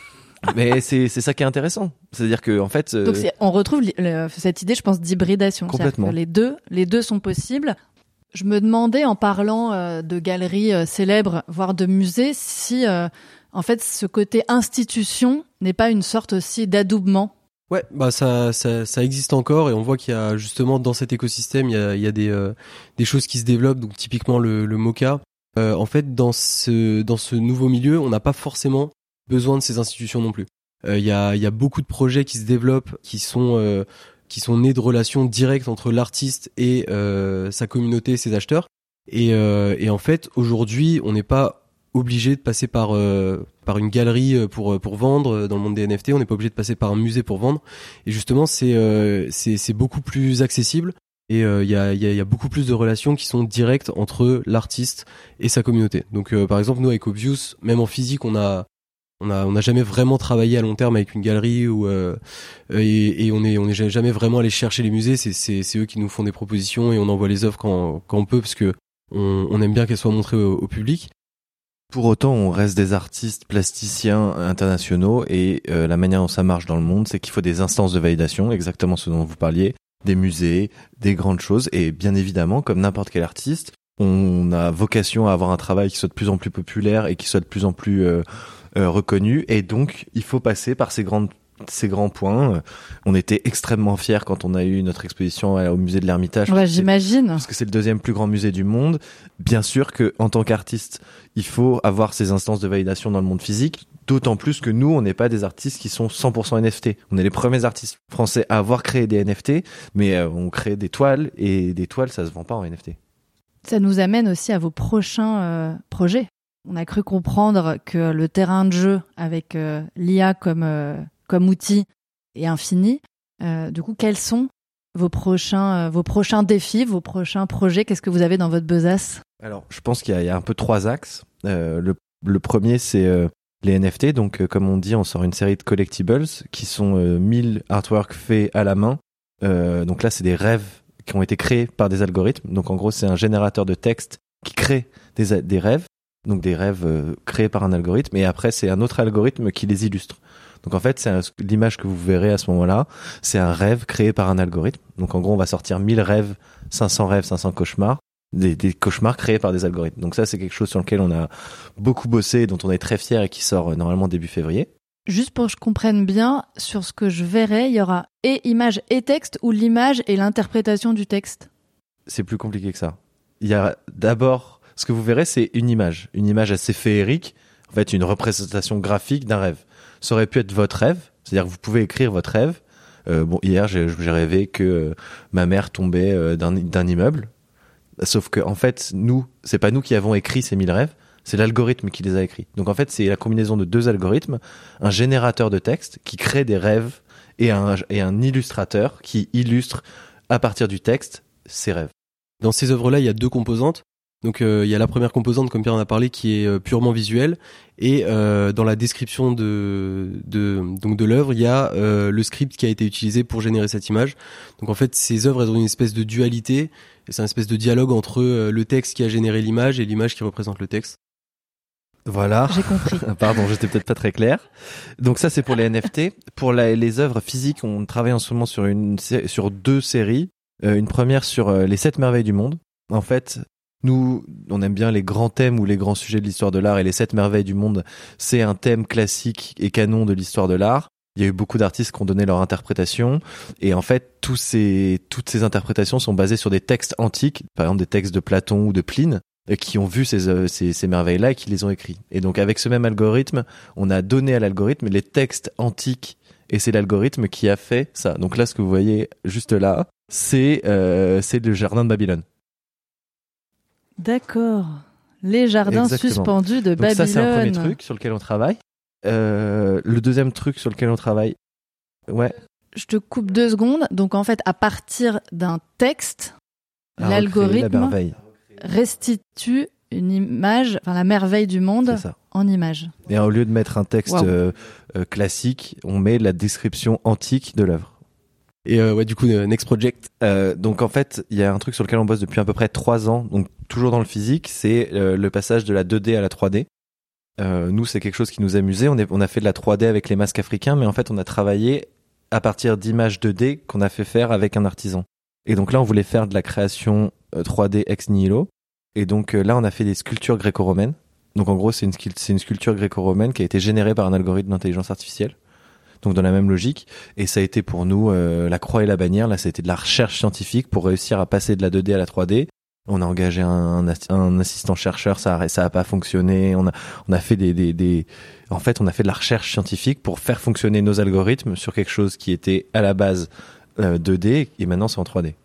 Mais c'est c'est ça qui est intéressant. C'est-à-dire que en fait, euh... donc c'est, on retrouve le, cette idée, je pense, d'hybridation. Complètement. Que les deux, les deux sont possibles. Je me demandais, en parlant euh, de galeries euh, célèbres, voire de musées, si, euh, en fait, ce côté institution n'est pas une sorte aussi d'adoubement. Ouais, bah ça, ça, ça existe encore et on voit qu'il y a justement dans cet écosystème, il y a, il y a des, euh, des choses qui se développent. Donc typiquement le, le MoCA. Euh, en fait, dans ce, dans ce nouveau milieu, on n'a pas forcément besoin de ces institutions non plus. Euh, il y a, il y a beaucoup de projets qui se développent, qui sont euh, qui sont nés de relations directes entre l'artiste et euh, sa communauté, ses acheteurs. Et, euh, et en fait, aujourd'hui, on n'est pas obligé de passer par euh, par une galerie pour pour vendre dans le monde des N F T. On n'est pas obligé de passer par un musée pour vendre. Et justement, c'est euh, c'est c'est beaucoup plus accessible. Et il euh, y a il y a, y a beaucoup plus de relations qui sont directes entre l'artiste et sa communauté. Donc, euh, par exemple, nous avec Obvious, même en physique, on a On a, on n'a jamais vraiment travaillé à long terme avec une galerie ou euh, et, et on est, on est jamais vraiment allé chercher les musées. C'est, c'est, c'est eux qui nous font des propositions et on envoie les œuvres quand, quand on peut parce que on, on aime bien qu'elles soient montrées au, au public. Pour autant, on reste des artistes plasticiens internationaux et euh, la manière dont ça marche dans le monde, c'est qu'il faut des instances de validation, exactement ce dont vous parliez, des musées, des grandes choses et bien évidemment, comme n'importe quel artiste, on a vocation à avoir un travail qui soit de plus en plus populaire et qui soit de plus en plus euh, Euh, reconnu et donc il faut passer par ces grandes ces grands points. On était extrêmement fiers quand on a eu notre exposition au musée de l'Ermitage. Ouais, j'imagine. Parce que c'est le deuxième plus grand musée du monde. Bien sûr que en tant qu'artiste, il faut avoir ces instances de validation dans le monde physique. D'autant plus que nous, on n'est pas des artistes qui sont cent pour cent N F T. On est les premiers artistes français à avoir créé des N F T, mais euh, on crée des toiles et des toiles, ça se vend pas en N F T. Ça nous amène aussi à vos prochains euh, projets. On a cru comprendre que le terrain de jeu avec euh, l'I A comme, euh, comme outil est infini. Euh, du coup, quels sont vos prochains, euh, vos prochains défis, vos prochains projets ? Qu'est-ce que vous avez dans votre besace ? Alors, je pense qu'il y a, il y a un peu trois axes. Euh, le, le premier, c'est euh, les N F T. Donc, euh, comme on dit, on sort une série de collectibles qui sont euh, mille artworks faits à la main. Euh, donc là, c'est des rêves qui ont été créés par des algorithmes. Donc, en gros, c'est un générateur de texte qui crée des, des rêves. donc des rêves euh, créés par un algorithme, et après c'est un autre algorithme qui les illustre. Donc en fait, c'est un, l'image que vous verrez à ce moment-là, c'est un rêve créé par un algorithme. Donc en gros, on va sortir mille rêves, cinq cents rêves, cinq cents cauchemars, des, des cauchemars créés par des algorithmes. Donc ça, c'est quelque chose sur lequel on a beaucoup bossé, dont on est très fier et qui sort euh, normalement début février. Juste pour que je comprenne bien, sur ce que je verrai, il y aura et image et texte, ou l'image et l'interprétation du texte? C'est plus compliqué que ça. Il y a d'abord, ce que vous verrez, c'est une image, une image assez féerique, en fait une représentation graphique d'un rêve. Ça aurait pu être votre rêve, c'est-à-dire que vous pouvez écrire votre rêve. Euh, bon, hier, j'ai, j'ai rêvé que euh, ma mère tombait euh, d'un, d'un immeuble. Sauf que, en fait, nous, c'est pas nous qui avons écrit ces mille rêves, c'est l'algorithme qui les a écrits. Donc, en fait, c'est la combinaison de deux algorithmes, un générateur de texte qui crée des rêves et un, et un illustrateur qui illustre à partir du texte ces rêves. Dans ces œuvres-là, il y a deux composantes. Donc euh, il y a la première composante, comme Pierre en a parlé, qui est euh, purement visuelle, et euh, dans la description de de donc de l'œuvre, il y a euh, le script qui a été utilisé pour générer cette image. Donc en fait, ces œuvres, elles ont une espèce de dualité, et c'est une espèce de dialogue entre euh, le texte qui a généré l'image et l'image qui représente le texte. Voilà. J'ai compris. Pardon, j'étais peut-être pas très clair. Donc ça, c'est pour les N F T. Pour la, les œuvres physiques, on travaille en ce moment sur une sur deux séries. Euh, une première sur euh, les sept merveilles du monde. En fait, nous, on aime bien les grands thèmes ou les grands sujets de l'histoire de l'art, et les sept merveilles du monde, c'est un thème classique et canon de l'histoire de l'art. Il y a eu beaucoup d'artistes qui ont donné leur interprétation, et en fait, tous ces, toutes ces interprétations sont basées sur des textes antiques, par exemple des textes de Platon ou de Pline, qui ont vu ces, ces, ces merveilles-là et qui les ont écrits. Et donc, avec ce même algorithme, on a donné à l'algorithme les textes antiques, et c'est l'algorithme qui a fait ça. Donc là, ce que vous voyez juste là, c'est, euh, c'est le jardin de Babylone. D'accord. Les jardins Exactement. suspendus de Donc Babylone. ça, c'est un premier truc sur lequel on travaille. Euh, le deuxième truc sur lequel on travaille, ouais. Je te coupe deux secondes. Donc en fait, à partir d'un texte, À l'algorithme recréer la restitue une image, enfin la merveille du monde C'est ça. en image. Et au lieu de mettre un texte Wow. euh, euh, classique, on met la description antique de l'œuvre. Et euh, ouais, du coup, euh, Next Project. Euh, donc en fait, il y a un truc sur lequel on bosse depuis à peu près trois ans, donc toujours dans le physique, c'est euh, le passage de la deux D à la trois D. Euh, nous, c'est quelque chose qui nous amusait. On, est, on a fait de la trois D avec les masques africains, mais en fait, on a travaillé à partir d'images deux D qu'on a fait faire avec un artisan. Et donc là, on voulait faire de la création euh, trois D ex nihilo. Et donc euh, là, on a fait des sculptures gréco-romaines. Donc en gros, c'est une, c'est une sculpture gréco-romaine qui a été générée par un algorithme d'intelligence artificielle. Donc dans la même logique, et ça a été pour nous euh, la croix et la bannière. Là, ça a été de la recherche scientifique pour réussir à passer de la deux D à la trois D. On a engagé un, un, un assistant chercheur, ça a, ça a pas fonctionné. On a, on a fait des, des, des, en fait, on a fait de la recherche scientifique pour faire fonctionner nos algorithmes sur quelque chose qui était à la base euh, deux D et maintenant c'est en trois D.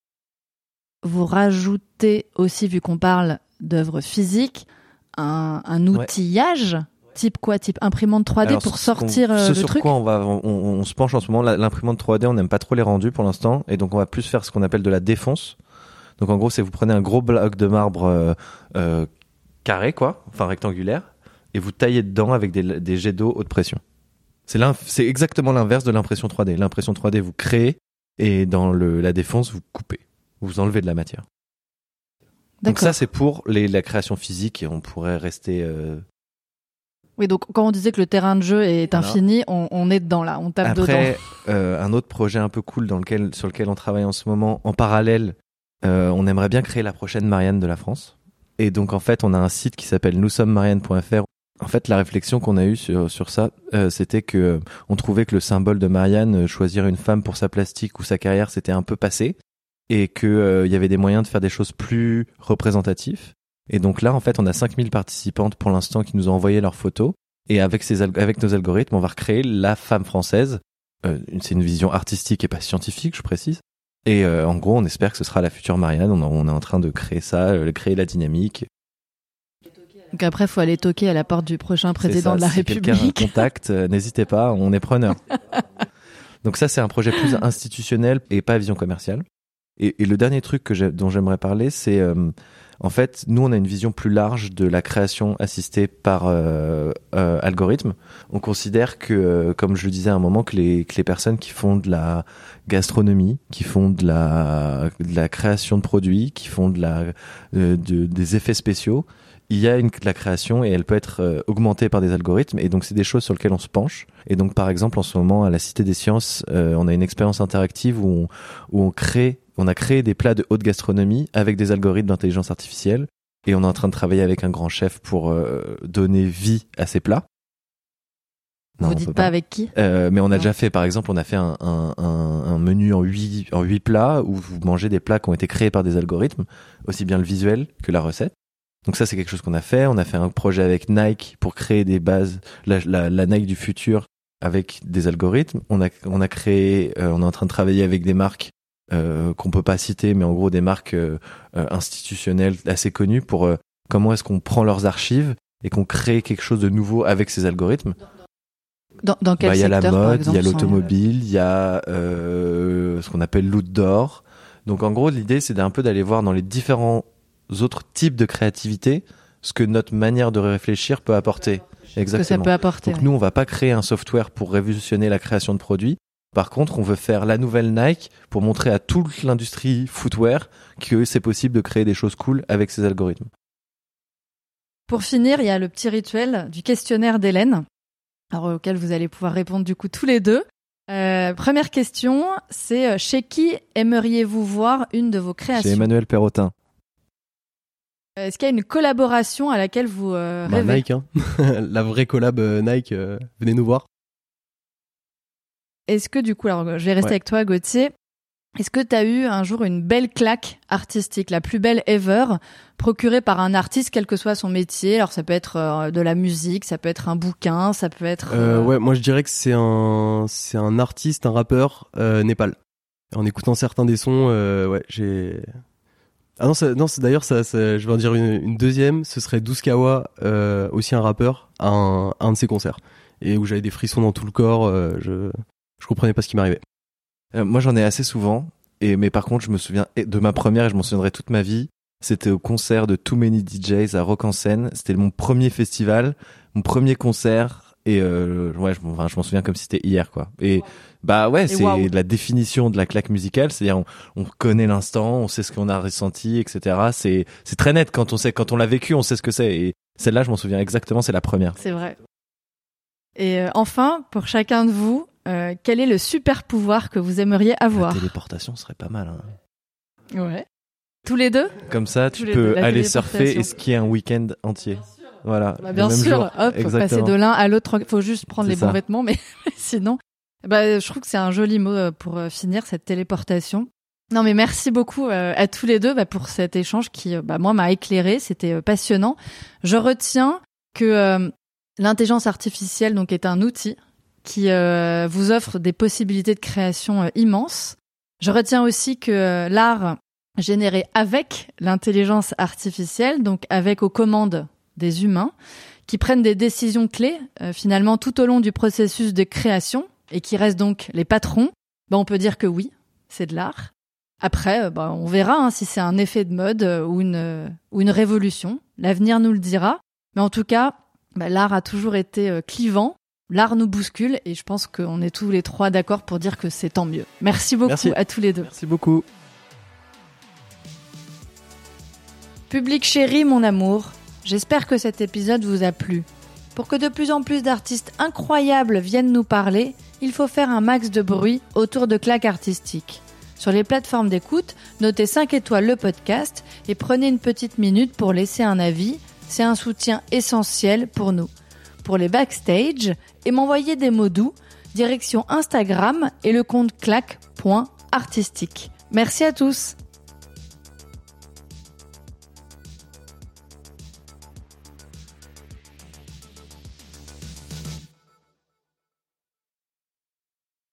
Vous rajoutez aussi, vu qu'on parle d'œuvres physiques, un, un outillage. Ouais. Type quoi? Type imprimante trois D. Alors, pour sortir euh, ce le sur truc. Quoi on va, on, on se penche en ce moment. L'imprimante trois D, on n'aime pas trop les rendus pour l'instant, et donc on va plus faire ce qu'on appelle de la défonce. Donc en gros, c'est vous prenez un gros bloc de marbre euh, euh, carré, quoi, enfin rectangulaire, et vous taillez dedans avec des, des jets d'eau haute pression. C'est, c'est exactement l'inverse de l'impression trois D. L'impression trois D, vous créez, et dans le, la défonce, vous coupez, vous enlevez de la matière. D'accord. Donc ça, c'est pour les, la création physique, et on pourrait rester... Euh, Oui, donc quand on disait que le terrain de jeu est voilà. infini, on, on est dedans là, on tape Après, dedans. Après, euh, un autre projet un peu cool dans lequel, sur lequel on travaille en ce moment, en parallèle, euh, on aimerait bien créer la prochaine Marianne de la France. Et donc en fait, on a un site qui s'appelle nous sommes marianne point f r. En fait, la réflexion qu'on a eue sur, sur ça, euh, c'était que euh, on trouvait que le symbole de Marianne, euh, choisir une femme pour sa plastique ou sa carrière, c'était un peu passé, et que euh, y avait des moyens de faire des choses plus représentatifs. Et donc là, en fait, on a cinq mille participantes pour l'instant qui nous ont envoyé leurs photos. Et avec, ces, avec nos algorithmes, on va recréer la femme française. Euh, c'est une vision artistique et pas scientifique, je précise. Et euh, en gros, on espère que ce sera la future Marianne. On, on est en train de créer ça, euh, créer la dynamique. Donc après, il faut aller toquer à la porte du prochain président ça, de la si République. Si quelqu'un a un contact, euh, n'hésitez pas, on est preneur. Donc ça, c'est un projet plus institutionnel et pas vision commerciale. Et, et le dernier truc que j'ai, dont j'aimerais parler, c'est... Euh, En fait, nous, on a une vision plus large de la création assistée par euh, euh, algorithme. On considère que, euh, comme je le disais à un moment, que les, que les personnes qui font de la gastronomie, qui font de la, de la création de produits, qui font de la, euh, de, des effets spéciaux, il y a une, la création et elle peut être euh, augmentée par des algorithmes. Et donc, c'est des choses sur lesquelles on se penche. Et donc, par exemple, en ce moment, à la Cité des Sciences, euh, on a une expérience interactive où on, où on crée, on a créé des plats de haute gastronomie avec des algorithmes d'intelligence artificielle. Et on est en train de travailler avec un grand chef pour euh, donner vie à ces plats. Non, vous dites pas, pas avec qui euh, Mais on a non. déjà fait, par exemple, on a fait un, un, un, un menu en huit, en huit plats où vous mangez des plats qui ont été créés par des algorithmes, aussi bien le visuel que la recette. Donc ça, c'est quelque chose qu'on a fait. On a fait un projet avec Nike pour créer des bases, la, la, la Nike du futur avec des algorithmes. On a, on a créé, euh, on est en train de travailler avec des marques euh, qu'on peut pas citer, mais en gros des marques euh, euh, institutionnelles assez connues pour euh, comment est-ce qu'on prend leurs archives et qu'on crée quelque chose de nouveau avec ces algorithmes. Dans, dans quel bah, il y a secteur, la mode, il y a sans... l'automobile, il y a euh, ce qu'on appelle l'outdoor. Donc en gros, l'idée, c'est d'un peu d'aller voir dans les différents autres types de créativité ce que notre manière de réfléchir peut apporter. Exactement. Que ça peut apporter. Donc ouais. nous, on va pas créer un software pour révolutionner la création de produits. Par contre, on veut faire la nouvelle Nike pour montrer à toute l'industrie footwear que c'est possible de créer des choses cool avec ces algorithmes. Pour finir, il y a le petit rituel du questionnaire d'Hélène, alors auquel vous allez pouvoir répondre du coup tous les deux. Euh, première question, c'est chez qui aimeriez-vous voir une de vos créations ? Chez Emmanuel Perrotin. Est-ce qu'il y a une collaboration à laquelle vous euh, bah, rêvez ? Nike, hein. La vraie collab euh, Nike, euh, venez nous voir. Est-ce que du coup, alors je vais rester ouais. avec toi Gauthier, est-ce que tu as eu un jour une belle claque artistique, la plus belle ever, procurée par un artiste, quel que soit son métier ? Alors ça peut être euh, de la musique, ça peut être un bouquin, ça peut être... Euh, euh... ouais, moi je dirais que c'est un, c'est un artiste, un rappeur euh, Népal. En écoutant certains des sons, euh, ouais, j'ai... Ah non, ça, non c'est, d'ailleurs, ça, ça, je vais en dire une, une deuxième, ce serait Douskawa, euh, aussi un rappeur, à un, un de ses concerts. Et où j'avais des frissons dans tout le corps, euh, je, je comprenais pas ce qui m'arrivait. Euh, moi, j'en ai assez souvent, et, mais par contre, je me souviens de ma première, et je m'en souviendrai toute ma vie. C'était au concert de Too Many D Js à Rock en Seine. C'était mon premier festival, mon premier concert, et euh, ouais, je, enfin, je m'en souviens comme si c'était hier, quoi. Et bah ouais, et c'est wow. La définition de la claque musicale, c'est-à-dire on, on connaît l'instant, on sait ce qu'on a ressenti, et cetera. C'est c'est très net quand on sait, quand on l'a vécu, on sait ce que c'est. Et celle-là, je m'en souviens exactement, c'est la première. C'est vrai. Et euh, enfin, pour chacun de vous, euh, quel est le super pouvoir que vous aimeriez avoir ? La téléportation serait pas mal. Hein. Ouais. Tous les deux ? Comme ça, Tous tu peux deux, aller surfer et skier un week-end entier. Voilà. Bah bien sûr, jour. hop, faut passer de l'un à l'autre. Faut juste prendre c'est les ça. bons vêtements, mais sinon, bah, je trouve que c'est un joli mot pour finir cette téléportation. Non, mais merci beaucoup euh, à tous les deux bah, pour cet échange qui, bah, moi, m'a éclairé. C'était euh, passionnant. Je retiens que euh, l'intelligence artificielle donc est un outil qui euh, vous offre des possibilités de création euh, immenses. Je retiens aussi que euh, l'art généré avec l'intelligence artificielle, donc avec aux commandes des humains, qui prennent des décisions clés euh, finalement tout au long du processus de création et qui restent donc les patrons, bah, on peut dire que oui, c'est de l'art. Après, euh, bah, on verra hein, si c'est un effet de mode euh, ou, une, euh, ou une révolution. L'avenir nous le dira. Mais en tout cas, bah, l'art a toujours été euh, clivant. L'art nous bouscule et je pense qu'on est tous les trois d'accord pour dire que c'est tant mieux. Merci beaucoup Merci. à tous les deux. Merci beaucoup. Public chéri, mon amour, j'espère que cet épisode vous a plu. Pour que de plus en plus d'artistes incroyables viennent nous parler, il faut faire un max de bruit autour de Claque Artistique. Sur les plateformes d'écoute, notez cinq étoiles le podcast et prenez une petite minute pour laisser un avis. C'est un soutien essentiel pour nous. Pour les backstage et m'envoyer des mots doux, direction Instagram et le compte claque point artistique. Merci à tous.